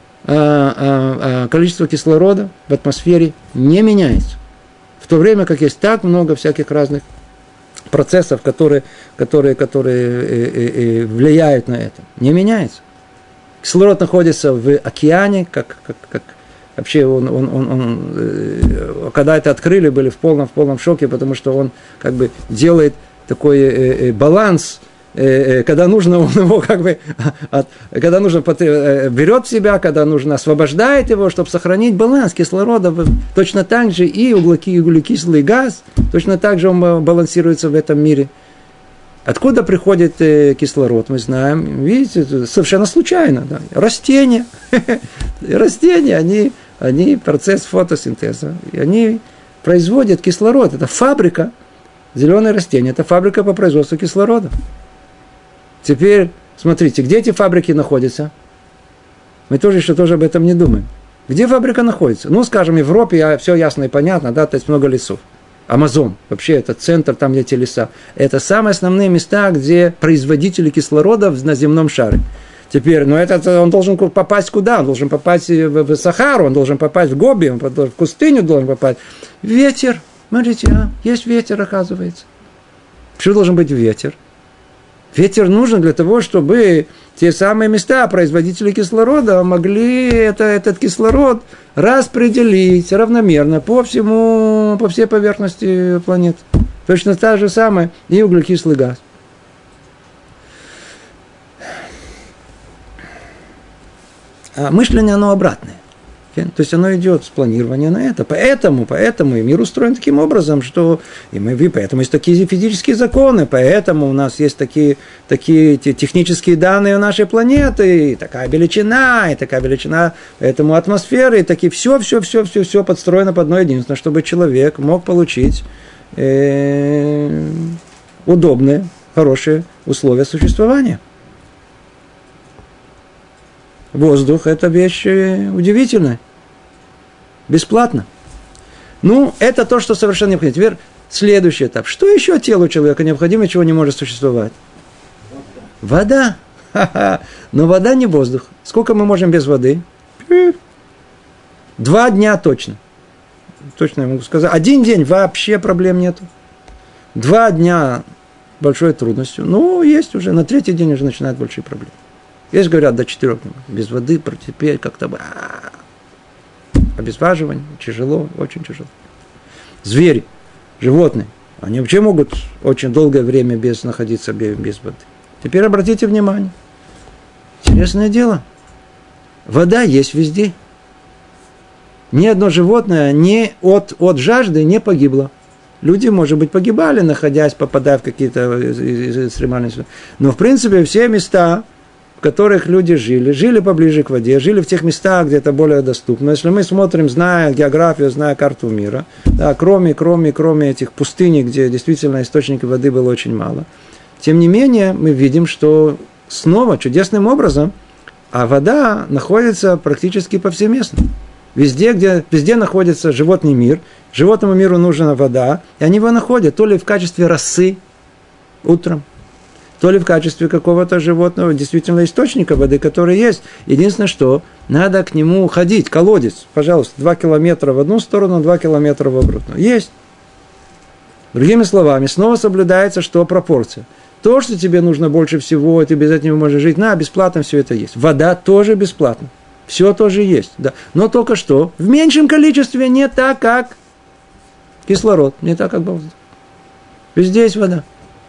а, а, а количество кислорода в атмосфере не меняется. В то время как есть так много всяких разных процессов, которые, которые, которые э, э, э, влияют на это. Не меняется. Кислород находится в океане, как, как, как вообще он, он, он, он э, когда это открыли, были в полном, в полном шоке, потому что он как бы делает такой э, э, баланс, когда нужно, он его как бы, от, когда нужно, берет в себя, когда нужно, освобождает его, чтобы сохранить баланс кислорода. Точно так же и углекислый газ, точно так же он балансируется в этом мире. Откуда приходит кислород, мы знаем, видите, совершенно случайно. Да. Растения, растения, они, они процесс фотосинтеза, и они производят кислород. Это фабрика, зеленое растение, это фабрика по производству кислорода. Теперь, смотрите, где эти фабрики находятся? Мы тоже еще тоже об этом не думаем. Где фабрика находится? Ну, скажем, в Европе все ясно и понятно, да, то есть много лесов. Амазон, вообще это центр, там, где эти леса. Это самые основные места, где производители кислорода на земном шаре. Теперь, ну, это, он должен попасть куда? Он должен попасть в, в Сахару, он должен попасть в Гоби, он в пустыню должен попасть. Ветер, смотрите, а, есть ветер, оказывается. Почему должен быть ветер? Ветер нужен для того, чтобы те самые места, производители кислорода, могли это, этот кислород распределить равномерно по всему, по всей поверхности планеты. Точно так же самое и углекислый газ. А мышление, оно обратное. То есть оно идет с планирования на это. Поэтому, поэтому и мир устроен таким образом, что и мы, поэтому есть такие физические законы, поэтому у нас есть такие, такие технические данные нашей планеты, и такая величина, и такая величина, поэтому атмосферы, и такие все, все, все, все, все подстроено под одно единственное, чтобы человек мог получить э, удобные, хорошие условия существования. Воздух – это вещь удивительная. Бесплатно. Ну, это то, что совершенно необходимо. Теперь следующий этап. Что еще телу человека необходимо, чего не может существовать? Вода. Ха-ха. Но вода не воздух. Сколько мы можем без воды? Два дня точно. Точно я могу сказать. Один день вообще проблем нету. Два дня большой трудностью. Ну, есть уже. На третий день уже начинают большие проблемы. Есть, говорят, до четырех дней. Без воды протерпеть как-то... Обезваживание. Тяжело, очень тяжело. Звери, животные, они вообще могут очень долгое время без находиться без воды. Теперь обратите внимание. Интересное дело. Вода есть везде. Ни одно животное не от, от жажды не погибло. Люди, может быть, погибали, находясь, попадая в какие-то экстремальные ситуации. Но, в принципе, все места, в которых люди жили, жили поближе к воде, жили в тех местах, где это более доступно. Если мы смотрим, зная географию, зная карту мира, да, кроме, кроме, кроме этих пустынь, где действительно источников воды было очень мало, тем не менее, мы видим, что снова чудесным образом, а вода находится практически повсеместно. Везде, где, везде находится животный мир, животному миру нужна вода, и они его находят то ли в качестве росы утром, то ли в качестве какого-то животного, действительно источника воды, который есть. Единственное, что надо к нему ходить, колодец, пожалуйста, два километра в одну сторону, два километра в обратную. Есть. Другими словами, снова соблюдается, что пропорция. То, что тебе нужно больше всего, ты без этого можешь жить, на, бесплатно все это есть. Вода тоже бесплатно. Все тоже есть. Да. Но только что в меньшем количестве, не так, как кислород, не так, как воздух. Везде есть вода.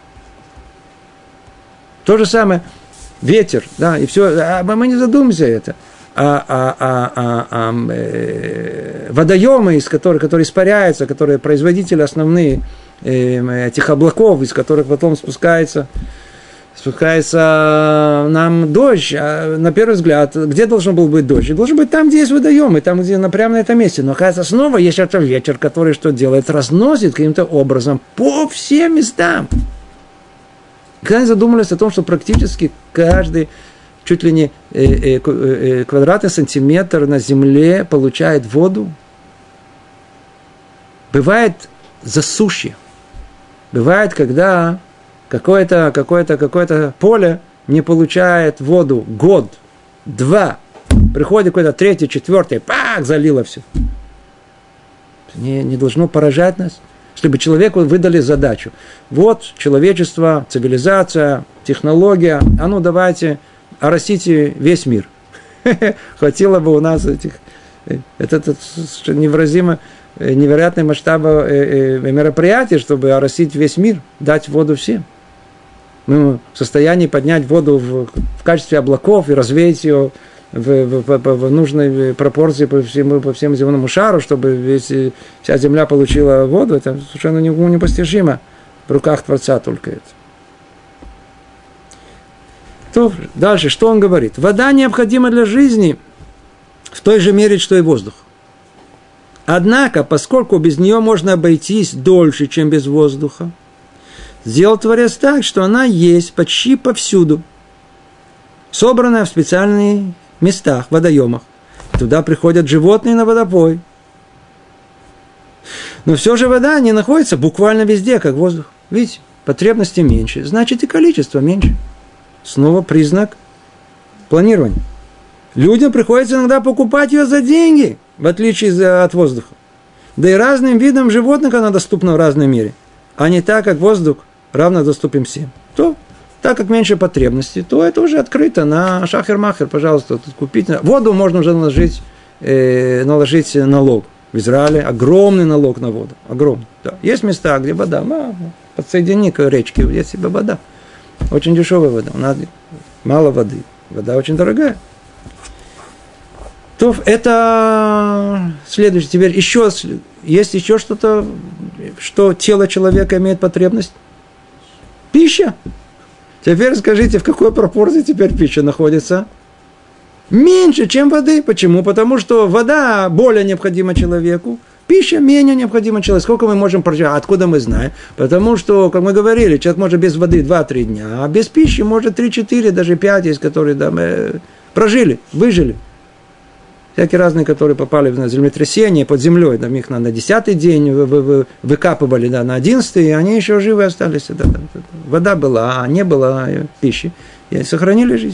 То же самое ветер, да, и все. А мы не задумаемся это. А, а, а, а, а, э, водоемы, из которых, которые испаряются, которые производители основные э, этих облаков, из которых потом спускается, спускается нам дождь. А на первый взгляд, где должен был быть дождь? Должен быть там, где есть водоемы, там, где прямо на этом месте. Но, оказывается, снова есть этот ветер, который что делает? Разносит каким-то образом по всем местам. Когда задумались о том, что практически каждый чуть ли не э, э, э, квадратный сантиметр на земле получает воду. Бывает засушье. Бывает, когда какое-то, какое-то, какое-то поле не получает воду год, два. Приходит какой-то третий, четвертый, пак, залило все. Не, не должно поражать нас. Чтобы человеку выдали задачу. Вот человечество, цивилизация, технология. А ну давайте оросите весь мир. Хватило бы у нас этих... Это, это невыразимо невероятные масштабы мероприятий, чтобы оросить весь мир, дать воду всем. Мы в состоянии поднять воду в, в качестве облаков и развеять ее в, в, в, в нужной пропорции по всему, по всему земному шару, чтобы весь, вся земля получила воду. Это совершенно непостижимо в руках Творца только это. То, дальше, что он говорит? Вода необходима для жизни в той же мере, что и воздух. Однако, поскольку без нее можно обойтись дольше, чем без воздуха, сделал Творец так, что она есть почти повсюду, собранная в специальных местах, водоемах. Туда приходят животные на водопой. Но все же вода не находится буквально везде, как воздух. Видите, потребности меньше, значит и количество меньше. Снова признак планирования. Людям приходится иногда покупать ее за деньги, в отличие от воздуха. Да и разным видам животных она доступна в разной мере. А не так, как воздух равно доступен всем. То, так как меньше потребностей, то это уже открыто на шахер-махер, пожалуйста, тут купить. Воду можно уже наложить, э, наложить налог. В Израиле огромный налог на воду. Огромный. Да. Есть места, где вода, подсоедини к речке, где себе вода. Очень дешевая вода, надо, мало воды. Вода очень дорогая. То это следующее. Теперь еще, есть еще что-то, что тело человека имеет потребность? Пища. Теперь скажите, в какой пропорции теперь пища находится? Меньше, чем воды. Почему? Потому что вода более необходима человеку, пища менее необходима человеку. Сколько мы можем прожить? Откуда мы знаем? Потому что, как мы говорили, человек может без воды два-три дня, а без пищи может три-четыре, даже пять есть, которые да, мы прожили, выжили. Всякие разные, которые попали в землетрясение под землей, там их на десятый день вы, вы, вы, выкапывали, да, на одиннадцатый, и они еще живы остались. Да, да, да. Вода была, а не было пищи, и сохранили жизнь.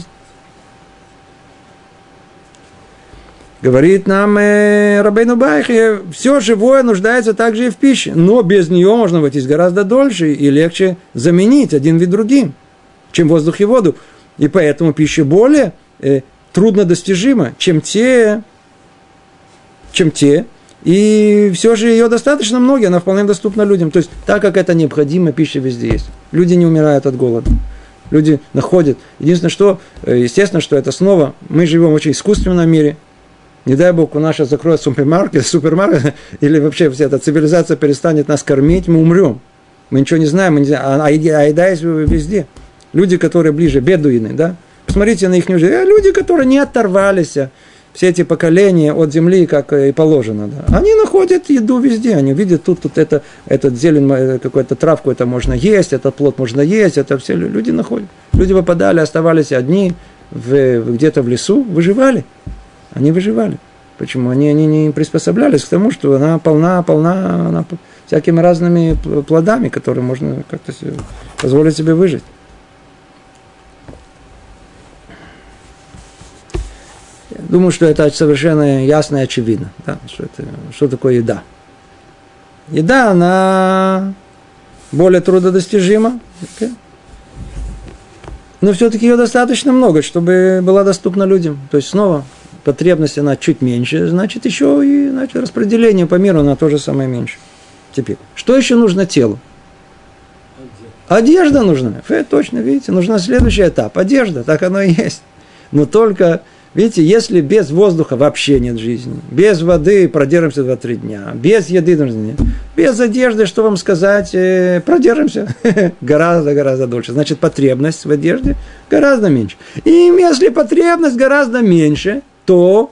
Говорит нам э, Рабейну Байхи, все живое нуждается также и в пище, но без нее можно обойтись гораздо дольше и легче заменить один вид другим, чем воздух и воду. И поэтому пища более э, труднодостижима, чем те, чем те, и все же ее достаточно много, она вполне доступна людям. То есть, так как это необходимо, пища везде есть. Люди не умирают от голода. Люди находят. Единственное, что, естественно, что это снова, мы живем в очень искусственном мире. Не дай Бог, у нас сейчас закроют супермаркет, супермаркет, или вообще вся эта цивилизация перестанет нас кормить, мы умрем. Мы ничего не знаем, мы не знаем, а еда есть везде. Люди, которые ближе, бедуины, да? Посмотрите на их жизнь. Люди, которые не оторвались, все эти поколения от земли, как и положено. Да? Они находят еду везде. Они видят, тут, тут это, этот зелень, какую-то травку это можно есть, этот плод можно есть. Это все люди находят. Люди выпадали, оставались одни в, где-то в лесу, выживали. Они выживали. Почему? Они, они не приспособлялись к тому, что она полна, полна она всякими разными плодами, которые можно как-то позволить себе выжить. Думаю, что это совершенно ясно и очевидно. Да? Что, это, что такое еда? Еда, она более трудодостижима. Okay. Но все-таки ее достаточно много, чтобы была доступна людям. То есть снова потребность она чуть меньше, значит еще и значит, распределение по миру она тоже самое меньше. Теперь, что еще нужно телу? Одежда, Одежда нужна. Фе, точно, видите, нужна следующий этап. Одежда, так оно и есть. Но только, видите, если без воздуха вообще нет жизни, без воды продержимся два-три дня, без еды, без одежды, что вам сказать, продержимся гораздо-гораздо дольше. Значит, потребность в одежде гораздо меньше. И если потребность гораздо меньше, то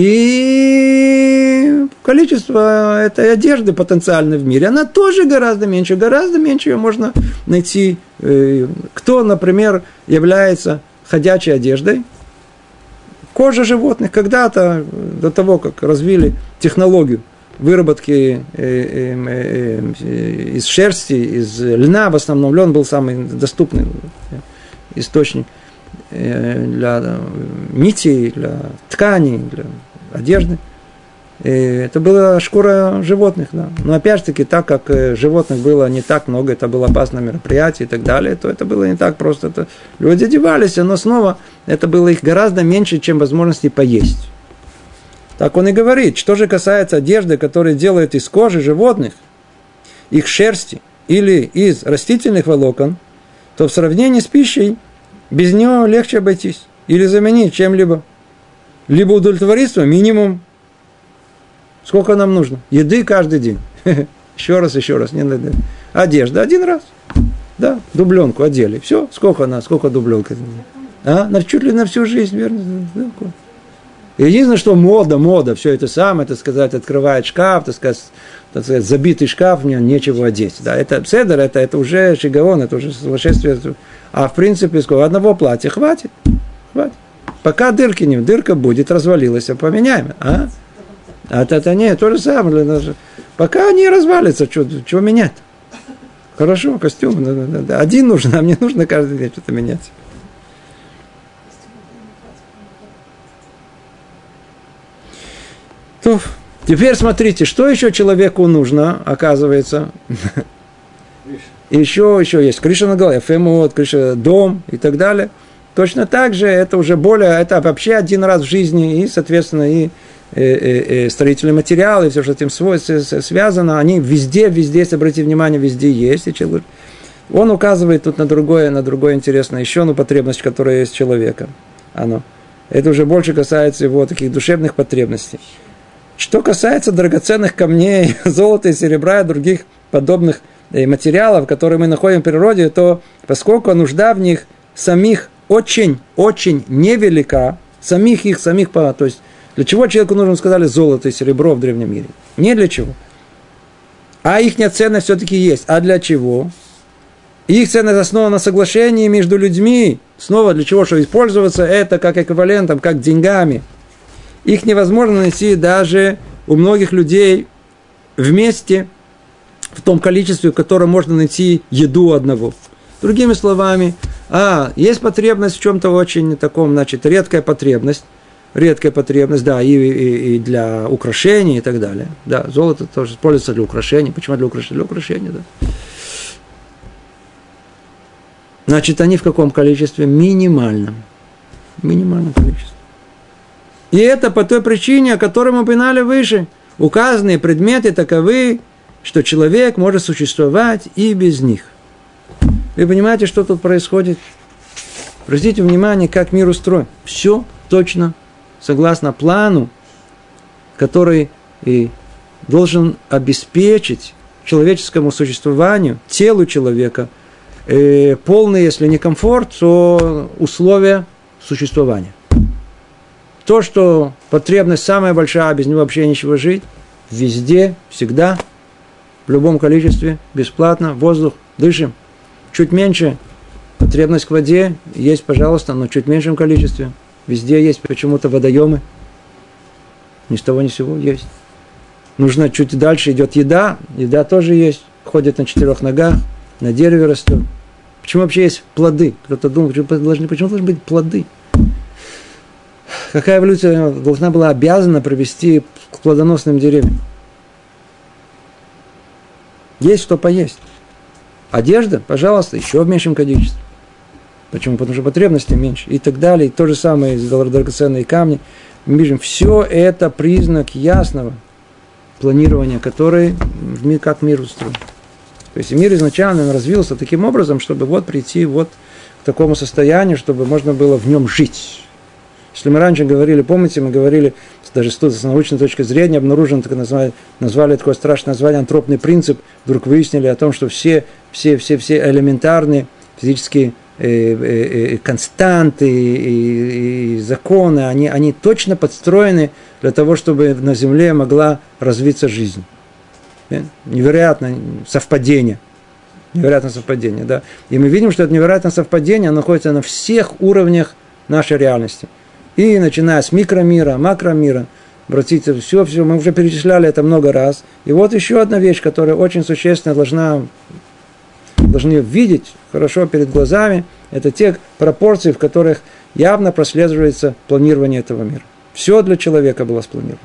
и количество этой одежды потенциальной в мире, она тоже гораздо меньше, гораздо меньше ее можно найти. Кто, например, является ходячей одеждой? Кожа животных. Когда-то, до того, как развили технологию выработки из шерсти, из льна, в основном лен был самый доступный источник для нитей, для тканей, для одежды. И это была шкура животных. Да. Но опять же таки, так как животных было не так много, это было опасное мероприятие и так далее, то это было не так просто. Это... Люди одевались, но снова это было их гораздо меньше, чем возможности поесть. Так он и говорит. Что же касается одежды, которую делают из кожи животных, их шерсти или из растительных волокон, то в сравнении с пищей без него легче обойтись или заменить чем-либо. Либо удовлетвориться минимум. Сколько нам нужно? Еды каждый день. Еще раз, еще раз. Не надо. Одежда один раз. Да, дубленку одели. Все, сколько она, сколько дубленка? А? Чуть ли на всю жизнь, верно? Единственное, что мода, мода, все это самое, так сказать, открывает шкаф, так сказать, так сказать, забитый шкаф, в нем нечего одеть. Да, это седер, это, это уже шигаон, это уже сумасшествие. А в принципе, сколько? Одного платья хватит. Хватит. Пока дырки не, дырка будет, развалилась, а поменяем. А? А это не, то же самое. Пока не развалится, что, чего менять? Хорошо, костюм. Один нужен, а мне нужно каждый день что-то менять. То, теперь смотрите, что еще человеку нужно, оказывается. Еще, еще есть крыша на голове, фемот, крыша, дом и так далее. Точно так же это уже более, это вообще один раз в жизни, и, соответственно, и, и, и, и строительные материалы, и все, что с этим связано, они везде, везде, если обратите внимание, везде есть. И человек, он указывает тут на другое, на другое интересное, еще одну потребность, которая есть у человека. Оно. Это уже больше касается его таких душевных потребностей. Что касается драгоценных камней, золота и серебра и других подобных материалов, которые мы находим в природе, то поскольку нужда в них самих очень-очень невелика, самих их, самих, то есть для чего человеку нужно, сказали, золото и серебро в древнем мире? Не для чего. А их ценность все-таки есть. А для чего? Их ценность основана на соглашении между людьми. Снова для чего? Чтобы использоваться это как эквивалентом, как деньгами. Их невозможно найти даже у многих людей вместе в том количестве, в котором можно найти еду одного. Другими словами, а, есть потребность в чем-то очень таком, значит, редкая потребность, редкая потребность, да, и, и, и для украшений и так далее. Да, золото тоже используется для украшений. Почему для украшений? Для украшений, да. Значит, они в каком количестве? Минимальном. Минимальном количестве. И это по той причине, о которой мы упоминали выше. Указанные предметы таковы, что человек может существовать и без них. Вы понимаете, что тут происходит? Обратите внимание, как мир устроен. Все точно согласно плану, который и должен обеспечить человеческому существованию, телу человека, э, полный, если не комфорт, то условия существования. То, что потребность самая большая, без него вообще ничего жить, везде, всегда, в любом количестве, бесплатно, воздух, дышим. Чуть меньше, потребность к воде есть, пожалуйста, но чуть меньшем количестве. Везде есть почему-то водоемы. Ни с того ни с сего есть. Нужно чуть дальше идет еда. Еда тоже есть. Ходит на четырех ногах, на дереве растет. Почему вообще есть плоды? Кто-то думает, почему должны, почему должны быть плоды? Какая эволюция должна была обязана привести к плодоносным деревьям? Есть что поесть. Одежда, пожалуйста, еще в меньшем количестве. Почему? Потому что потребностей меньше. И так далее. И то же самое, драгоценные камни. Мы видим, все это признак ясного планирования, который как мир устроен. То есть мир изначально развился таким образом, чтобы вот прийти вот к такому состоянию, чтобы можно было в нем жить. Если мы раньше говорили, помните, мы говорили, даже с научной точки зрения обнаружено, так назвали, назвали такое страшное название антропный принцип, вдруг выяснили о том, что все, все, все, все элементарные физические э, э, э, константы и, и законы, они, они точно подстроены для того, чтобы на Земле могла развиться жизнь. Невероятное совпадение. Невероятное совпадение, да. И мы видим, что это невероятное совпадение находится на всех уровнях нашей реальности. И начиная с микромира, макромира, обратите, все, все, мы уже перечисляли это много раз. И вот еще одна вещь, которая очень существенно должна, должны видеть хорошо перед глазами, это те пропорции, в которых явно прослеживается планирование этого мира. Все для человека было спланировано.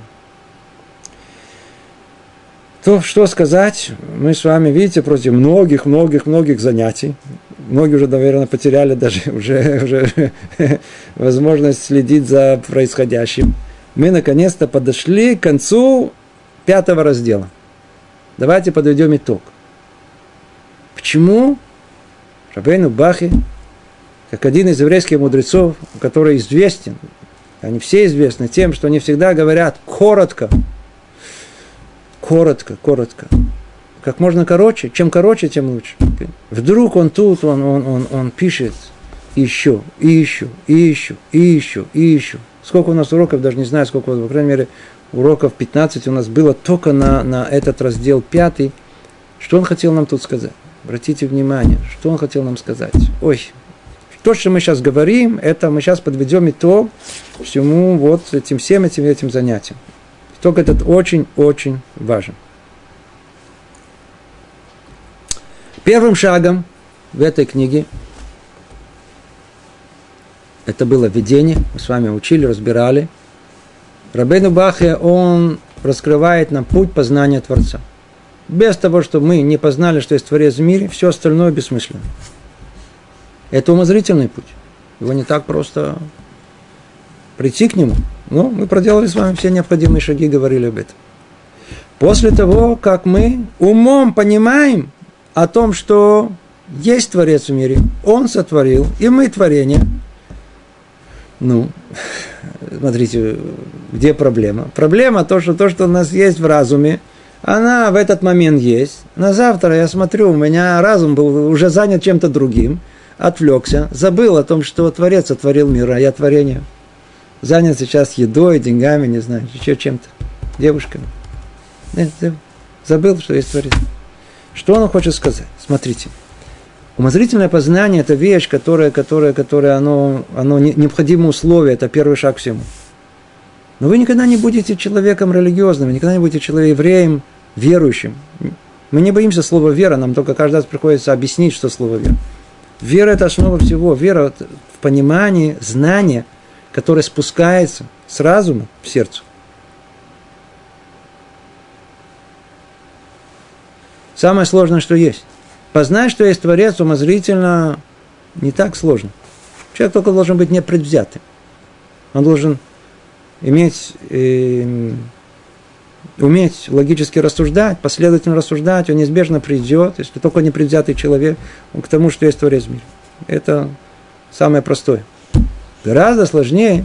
То, что сказать, мы с вами, видите, против многих-многих-многих занятий, многие уже, наверное, потеряли даже уже, уже возможность следить за происходящим. Мы, наконец-то, подошли к концу пятого раздела. Давайте подведем итог. Почему Рабейну Бахи, как один из еврейских мудрецов, который известен, они все известны тем, что они всегда говорят коротко, коротко, коротко, как можно короче, чем короче, тем лучше. Вдруг он тут, он, он, он, он пишет еще, и еще, и еще, и еще, и еще. Сколько у нас уроков, даже не знаю, сколько, по крайней мере, уроков пятнадцать у нас было только на, на этот раздел пятый. Что он хотел нам тут сказать? Обратите внимание, что он хотел нам сказать. Ой, то, что мы сейчас говорим, это мы сейчас подведем итог всему вот этим всем этим, этим занятиям. Итог этот очень-очень важен. Первым шагом в этой книге это было видение, мы с вами учили, разбирали. Рабейну Бахи, он раскрывает нам путь познания Творца. Без того, чтобы мы не познали, что есть Творец в мире, все остальное бессмысленно. Это умозрительный путь. Его не так просто прийти к нему. Но мы проделали с вами все необходимые шаги, говорили об этом. После того, как мы умом понимаем о том, что есть Творец в мире, Он сотворил, и мы творение. Ну, смотрите, где проблема? Проблема то, что то, что у нас есть в разуме, она в этот момент есть. На завтра я смотрю, у меня разум был уже занят чем-то другим, отвлекся, забыл о том, что Творец сотворил мир, а я творение. Занят сейчас едой, деньгами, не знаю, еще чем-то, девушками. Нет, забыл, что есть Творец. Что он хочет сказать? Смотрите. Умозрительное познание – это вещь, которая, которая, которая оно, оно необходимое условие, это первый шаг к всему. Но вы никогда не будете человеком религиозным, вы никогда не будете человеком евреем, верующим. Мы не боимся слова «вера», нам только каждый раз приходится объяснить, что слово «вера». Вера – это основа всего. Вера в понимании, знание, которое спускается с разума в сердце. Самое сложное, что есть. Познать, что есть Творец, умозрительно не так сложно. Человек только должен быть непредвзятым. Он должен иметь, э, уметь логически рассуждать, последовательно рассуждать. Он неизбежно придет, если только непредвзятый человек, к тому, что есть Творец в мире. Это самое простое. Гораздо сложнее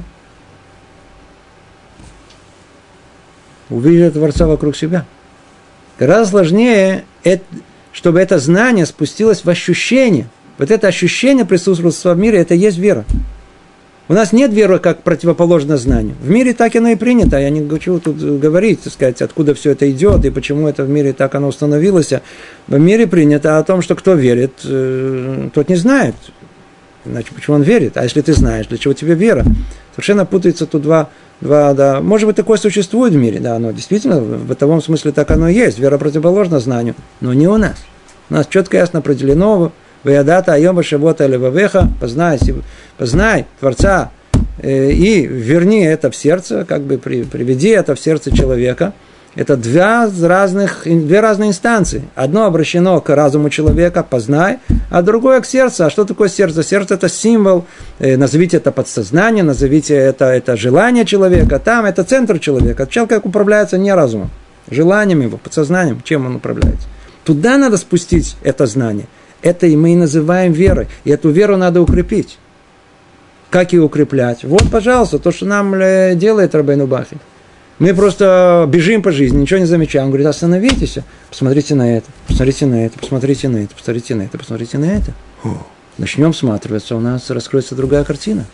увидеть Творца вокруг себя. Гораздо сложнее, чтобы это знание спустилось в ощущение. Вот это ощущение присутствия в мире, это и есть вера. У нас нет веры как противоположно знанию. В мире так оно и принято. Я не хочу тут говорить, так сказать, откуда все это идет и почему это в мире так оно установилось. В мире принято о том, что кто верит, тот не знает. Иначе почему он верит? А если ты знаешь, для чего тебе вера? Совершенно путается тут два... Два, да. Может быть, такое существует в мире, да, оно действительно, в бытовом смысле так оно и есть, вера противоположна знанию, но не у нас. У нас четко ясно определено, «Ваядата айома шавота левавеха», познай, познай Творца, э, и верни это в сердце, как бы при, приведи это в сердце человека, Это две, разных, две разные инстанции. Одно обращено к разуму человека, познай, а другое к сердцу. А что такое сердце? Сердце – это символ, назовите это подсознание, назовите это, это желание человека. Там это центр человека. Человек управляется не разумом, желанием его, подсознанием, чем он управляется. Туда надо спустить это знание. Это и мы и называем верой. И эту веру надо укрепить. Как ее укреплять? Вот, пожалуйста, то, что нам делает Рабейну Бахи. Мы просто бежим по жизни, ничего не замечаем. Он говорит, остановитесь, посмотрите на это, посмотрите на это, посмотрите на это, посмотрите на это, посмотрите на это. О, начнем всматриваться, у нас раскроется другая картина.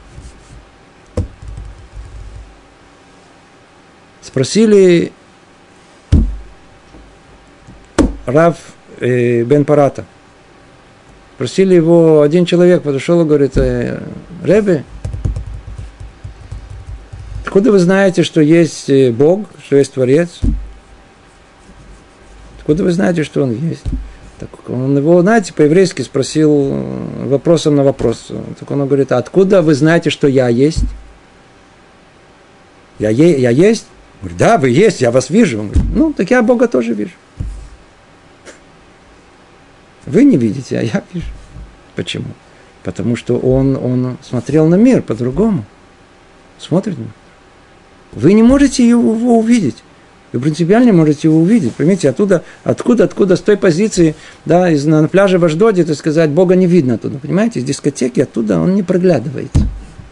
Спросили Рав э, бен Парата. Спросили его, один человек подошел и говорит, Ребе, откуда вы знаете, что есть Бог, что есть Творец? Откуда вы знаете, что Он есть? Так он его, знаете, по-еврейски спросил вопросом на вопрос. Так он говорит, а откуда вы знаете, что я есть? Я, е- я есть? Он говорит, да, вы есть, я вас вижу. Он говорит, ну, так я Бога тоже вижу. Вы не видите, а я вижу. Почему? Потому что он, он смотрел на мир по-другому. Смотрит на мир. Вы не можете его увидеть. Вы принципиально можете его увидеть. Понимаете, оттуда, откуда, откуда, с той позиции, да, из, на пляже в Ашдоде, так сказать, Бога не видно оттуда. Понимаете, из дискотеки оттуда он не проглядывается.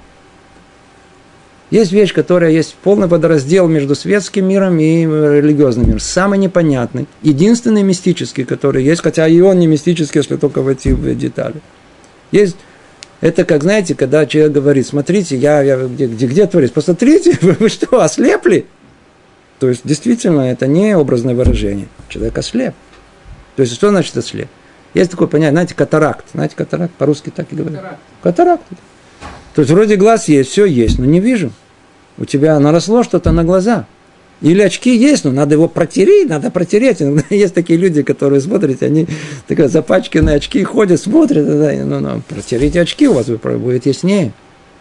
Есть вещь, которая есть полный водораздел между светским миром и религиозным миром. Самый непонятный, единственный мистический, который есть, хотя и он не мистический, если только войти в детали. Есть, это как, знаете, когда человек говорит, смотрите, я, я где, где, где творец, посмотрите, вы, вы что, ослепли? То есть, действительно, это не образное выражение. Человек ослеп. То есть, что значит ослеп? Есть такое понятие, знаете, катаракт. Знаете, катаракт, по-русски так и говорят. Катаракт. Катаракт. То есть, вроде глаз есть, все есть, но не вижу. У тебя наросло что-то на глаза. Или очки есть, но надо его протереть, надо протереть. Есть такие люди, которые смотрят, они такие запачканные очки ходят, смотрят. Ну, ну, протерите очки, у вас будет яснее.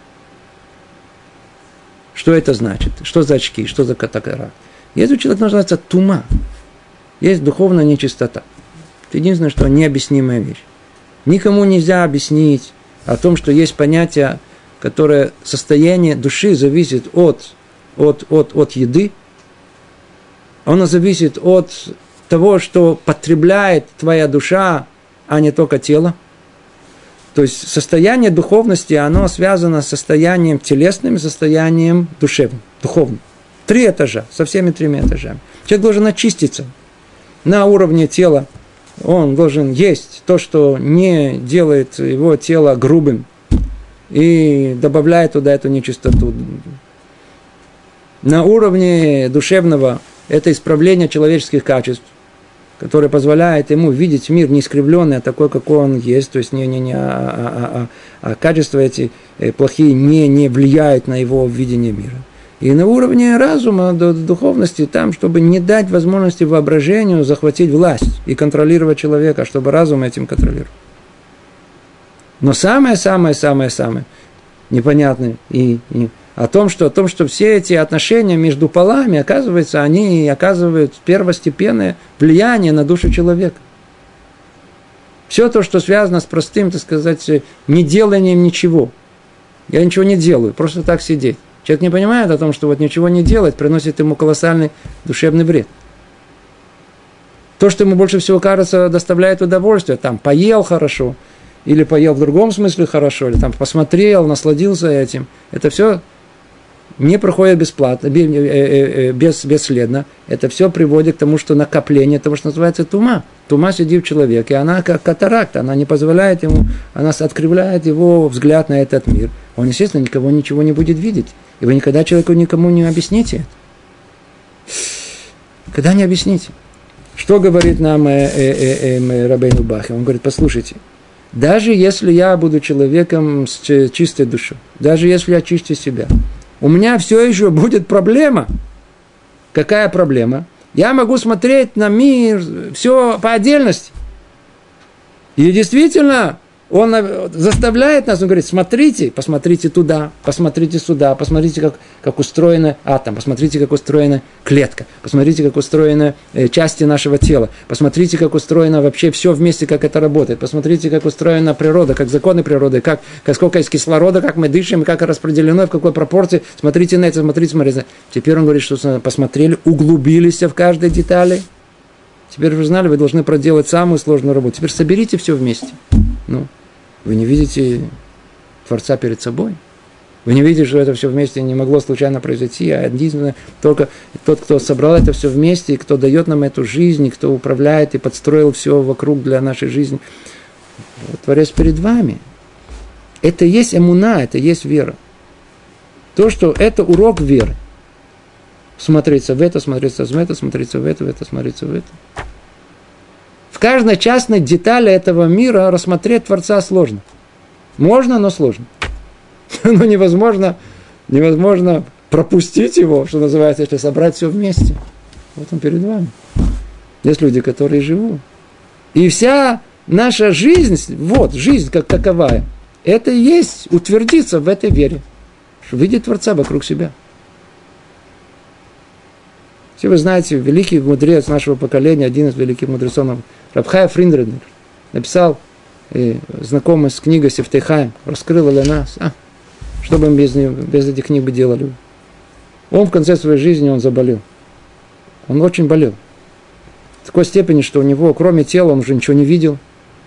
Что это значит? Что за очки? Что за катаракт? Есть у человека называется тума. Есть духовная нечистота. Это единственное, что необъяснимая вещь. Никому нельзя объяснить о том, что есть понятие, которое состояние души зависит от, от, от, от еды. Оно зависит от того, что потребляет твоя душа, а не только тело. То есть состояние духовности, оно связано с состоянием телесным и состоянием душевным, духовным. Три этажа, со всеми тремя этажами. Человек должен очиститься на уровне тела. Он должен есть то, что не делает его тело грубым и добавляет туда эту нечистоту. На уровне душевного это исправление человеческих качеств, которое позволяет ему видеть мир не искривленный, а такой, какой он есть. То есть не, не, не, а, а, а, а качества эти плохие не, не влияют на его видение мира. И на уровне разума, духовности, там, чтобы не дать возможности воображению захватить власть и контролировать человека, чтобы разум этим контролировал. Но самое-самое-самое-самое непонятное и, и о том, что, о том, что все эти отношения между полами, оказывается, они оказывают первостепенное влияние на душу человека. Все то, что связано с простым, так сказать, неделанием ничего. Я ничего не делаю, просто так сидеть. Человек не понимает о том, что вот ничего не делать приносит ему колоссальный душевный вред. То, что ему больше всего кажется, доставляет удовольствие, там, поел хорошо, или поел в другом смысле хорошо, или там посмотрел, насладился этим, это все не проходит бесплатно, без, бесследно. Это все приводит к тому, что накопление того, что называется тума. Тума сидит в человеке, она как катаракт, она не позволяет ему, она откривляет его взгляд на этот мир. Он, естественно, никого ничего не будет видеть. И вы никогда человеку никому не объясните это. Никогда не объясните. Что говорит нам э, э, э, э, Рабейну Бахи? Он говорит, послушайте, даже если я буду человеком с чистой душой, даже если я чищу себя, у меня все еще будет проблема. Какая проблема? Я могу смотреть на мир, все по отдельности. И действительно, Он заставляет нас, он говорит, смотрите, посмотрите туда, посмотрите сюда, посмотрите, как, как устроен атом, посмотрите, как устроена клетка, посмотрите, как устроены части нашего тела, посмотрите, как устроено вообще все вместе, как это работает, посмотрите, как устроена природа, как законы природы, как, как сколько есть кислорода, как мы дышим, как распределено, в какой пропорции, смотрите на это, смотрите, смотрите. Теперь он говорит, что посмотрели, углубились в каждой детали. Теперь вы знали, вы должны проделать самую сложную работу. Теперь соберите все вместе. Ну, вы не видите Творца перед собой? Вы не видите, что это все вместе не могло случайно произойти, а единственное, только тот, кто собрал это все вместе, и кто дает нам эту жизнь, и кто управляет и подстроил все вокруг для нашей жизни. Творец перед вами. Это и есть эмуна, это и есть вера. То, что это урок веры. Смотреться в это, смотреться в это, смотреться в это, в это, смотреться в это. В каждой частной детали этого мира рассмотреть Творца сложно. Можно, но сложно. Но невозможно, невозможно пропустить его, что называется, если собрать все вместе. Вот он перед вами. Есть люди, которые живут. И вся наша жизнь, вот, жизнь как таковая, это и есть утвердиться в этой вере. Что видит Творца вокруг себя. Все вы знаете, великий мудрец нашего поколения, один из великих мудрецов, Рав Хая Фриндендер, написал, э, знакомый с книгой Сефтей Хаим, раскрыл для нас, а, что бы мы без, без этих книг бы делали. Он в конце своей жизни он заболел. Он очень болел. В такой степени, что у него, кроме тела, он уже ничего не видел.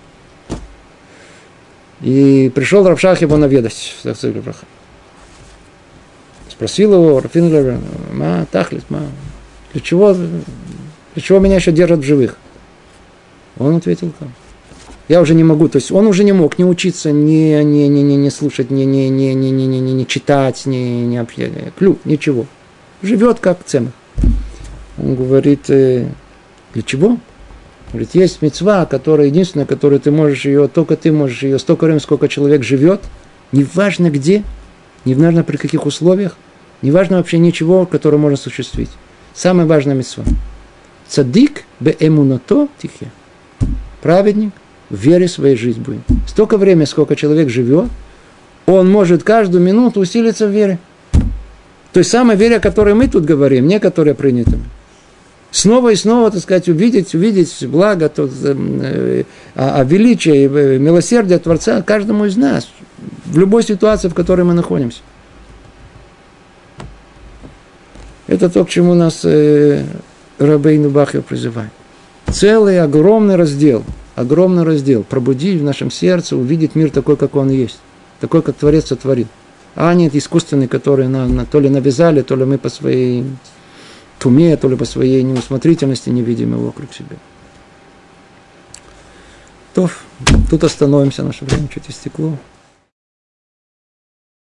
И пришел Рав Шах его наведать. Спросил его, Рав Фриндендер, ма, тахлис, ма, Для чего, для чего меня еще держат в живых? Он ответил так. Я уже не могу, то есть он уже не мог не учиться, не, не, не, не, не слушать, не, не, не, не, не, не, не читать, не, не общаться, клю, ничего. Живет как цемах. Он говорит, для чего? Говорит, есть мицва, которая единственная, которую ты можешь ее, только ты можешь ее, столько времени, сколько человек живет, неважно где, неважно при каких условиях, неважно вообще ничего, которое можно осуществить. Самая важная мицва. Цадик бе эмунато тихе. Праведник в вере своей жизни будет. Столько времени, сколько человек живет, он может каждую минуту усилиться в вере. То есть самая вере, о которой мы тут говорим, не которая принята. Снова и снова, так сказать, увидеть, увидеть благо, то, э, а, а величие и милосердие Творца каждому из нас в любой ситуации, в которой мы находимся. Это то, к чему нас э, Рабейну Бахья призывает. Целый огромный раздел, огромный раздел. Пробудить в нашем сердце, увидеть мир такой, как он есть. Такой, как Творец сотворил. А не искусственный, который на, на, то ли навязали, то ли мы по своей туме, то ли по своей неусмотрительности не видим его вокруг себя. То, тут остановимся, наше время чуть истекло.